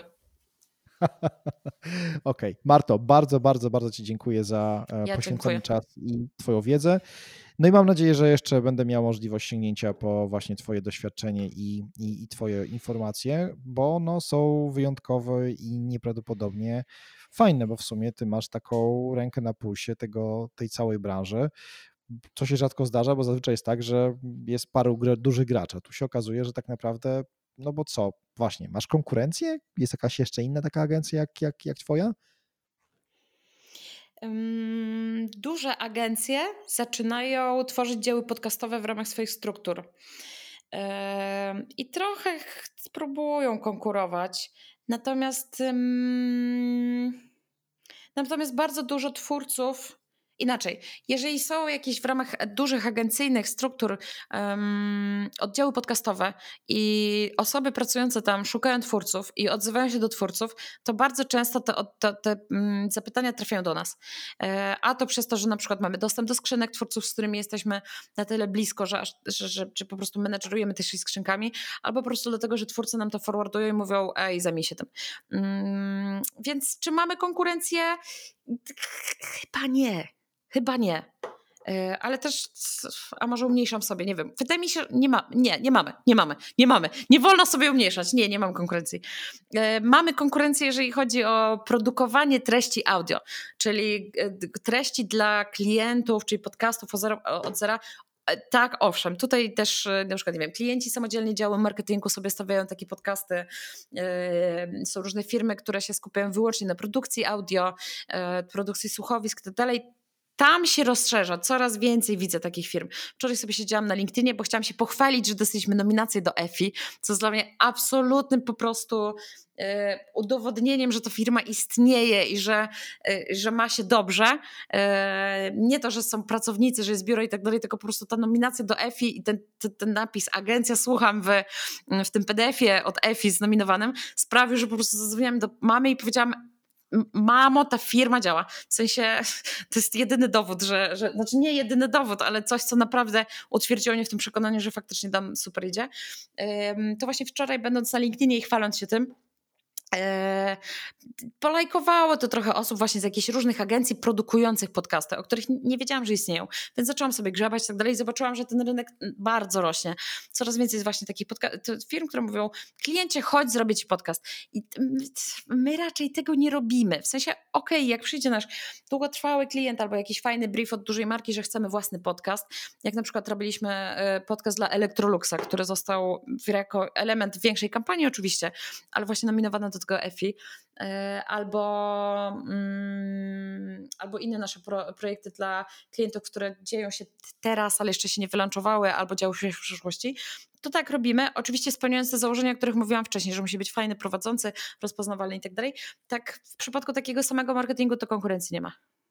Okej. Marto, bardzo Ci dziękuję za poświęcony czas i Twoją wiedzę. No i mam nadzieję, że jeszcze będę miał możliwość sięgnięcia po właśnie Twoje doświadczenie i Twoje informacje, bo no, są wyjątkowe i nieprawdopodobnie fajne, bo w sumie Ty masz taką rękę na pulsie tej całej branży, co się rzadko zdarza, bo zazwyczaj jest tak, że jest paru dużych graczy. Tu się okazuje, że tak naprawdę, no bo co, właśnie, masz konkurencję? Jest jakaś jeszcze inna taka agencja jak Twoja? Duże agencje zaczynają tworzyć dzieły podcastowe w ramach swoich struktur i trochę spróbują konkurować, natomiast bardzo dużo twórców, inaczej, jeżeli są jakieś w ramach dużych agencyjnych struktur oddziały podcastowe i osoby pracujące tam szukają twórców i odzywają się do twórców, to bardzo często te zapytania trafiają do nas. A to przez to, że na przykład mamy dostęp do skrzynek twórców, z którymi jesteśmy na tyle blisko, że po prostu menedżerujemy też ich skrzynkami, albo po prostu dlatego, że twórcy nam to forwardują i mówią, ej, zajmij się tym. Więc czy mamy konkurencję? Chyba nie. Ale też, a może umniejszam sobie, nie wiem. Wydaje mi się, nie mamy. Nie wolno sobie umniejszać. Nie mam konkurencji. Mamy konkurencję, jeżeli chodzi o produkowanie treści audio, czyli treści dla klientów, czyli podcastów od zera. Tak, owszem, tutaj też na przykład, nie wiem, klienci samodzielnie działy marketingu sobie stawiają takie podcasty, są różne firmy, które się skupiają wyłącznie na produkcji audio, produkcji słuchowisk i tak dalej. Tam się rozszerza, coraz więcej widzę takich firm. Wczoraj sobie siedziałam na LinkedInie, bo chciałam się pochwalić, że dostaliśmy nominację do EFI, co jest dla mnie absolutnym po prostu udowodnieniem, że to firma istnieje i że ma się dobrze. Nie to, że są pracownicy, że jest biuro i tak dalej, tylko po prostu ta nominacja do EFI i ten napis agencja słucham w tym PDF-ie od EFI znominowanym sprawił, że po prostu zadzwoniłam do mamy i powiedziałam, mamo, ta firma działa. W sensie to jest jedyny dowód, znaczy nie jedyny dowód, ale coś, co naprawdę utwierdziło mnie w tym przekonaniu, że faktycznie tam super idzie. To właśnie wczoraj, będąc na LinkedInie i chwaląc się tym, polajkowało to trochę osób właśnie z jakichś różnych agencji produkujących podcasty, o których nie wiedziałam, że istnieją. Więc zaczęłam sobie grzebać i tak dalej i zobaczyłam, że ten rynek bardzo rośnie. Coraz więcej jest właśnie takich firm, które mówią, kliencie, chodź, zrobię ci podcast. I my raczej tego nie robimy. W sensie, okej, jak przyjdzie nasz długotrwały klient albo jakiś fajny brief od dużej marki, że chcemy własny podcast, jak na przykład robiliśmy podcast dla Electroluxa, który został jako element większej kampanii oczywiście, ale właśnie nominowany do tego EFI, albo inne nasze projekty dla klientów, które dzieją się teraz, ale jeszcze się nie wylaunchowały, albo działy się w przyszłości. To tak robimy, oczywiście spełniając te założenia, o których mówiłam wcześniej, że musi być fajny prowadzący, rozpoznawalny i tak dalej. Tak w przypadku takiego samego marketingu to konkurencji nie ma.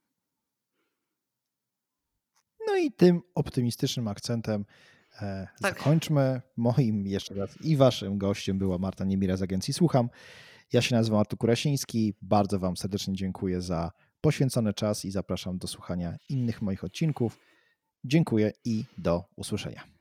No i tym optymistycznym akcentem zakończmy. Moim jeszcze raz i waszym gościem była Marta Niemira z agencji Słucham. Ja się nazywam Artur Kurasiński. Bardzo wam serdecznie dziękuję za poświęcony czas i zapraszam do słuchania innych moich odcinków. Dziękuję i do usłyszenia.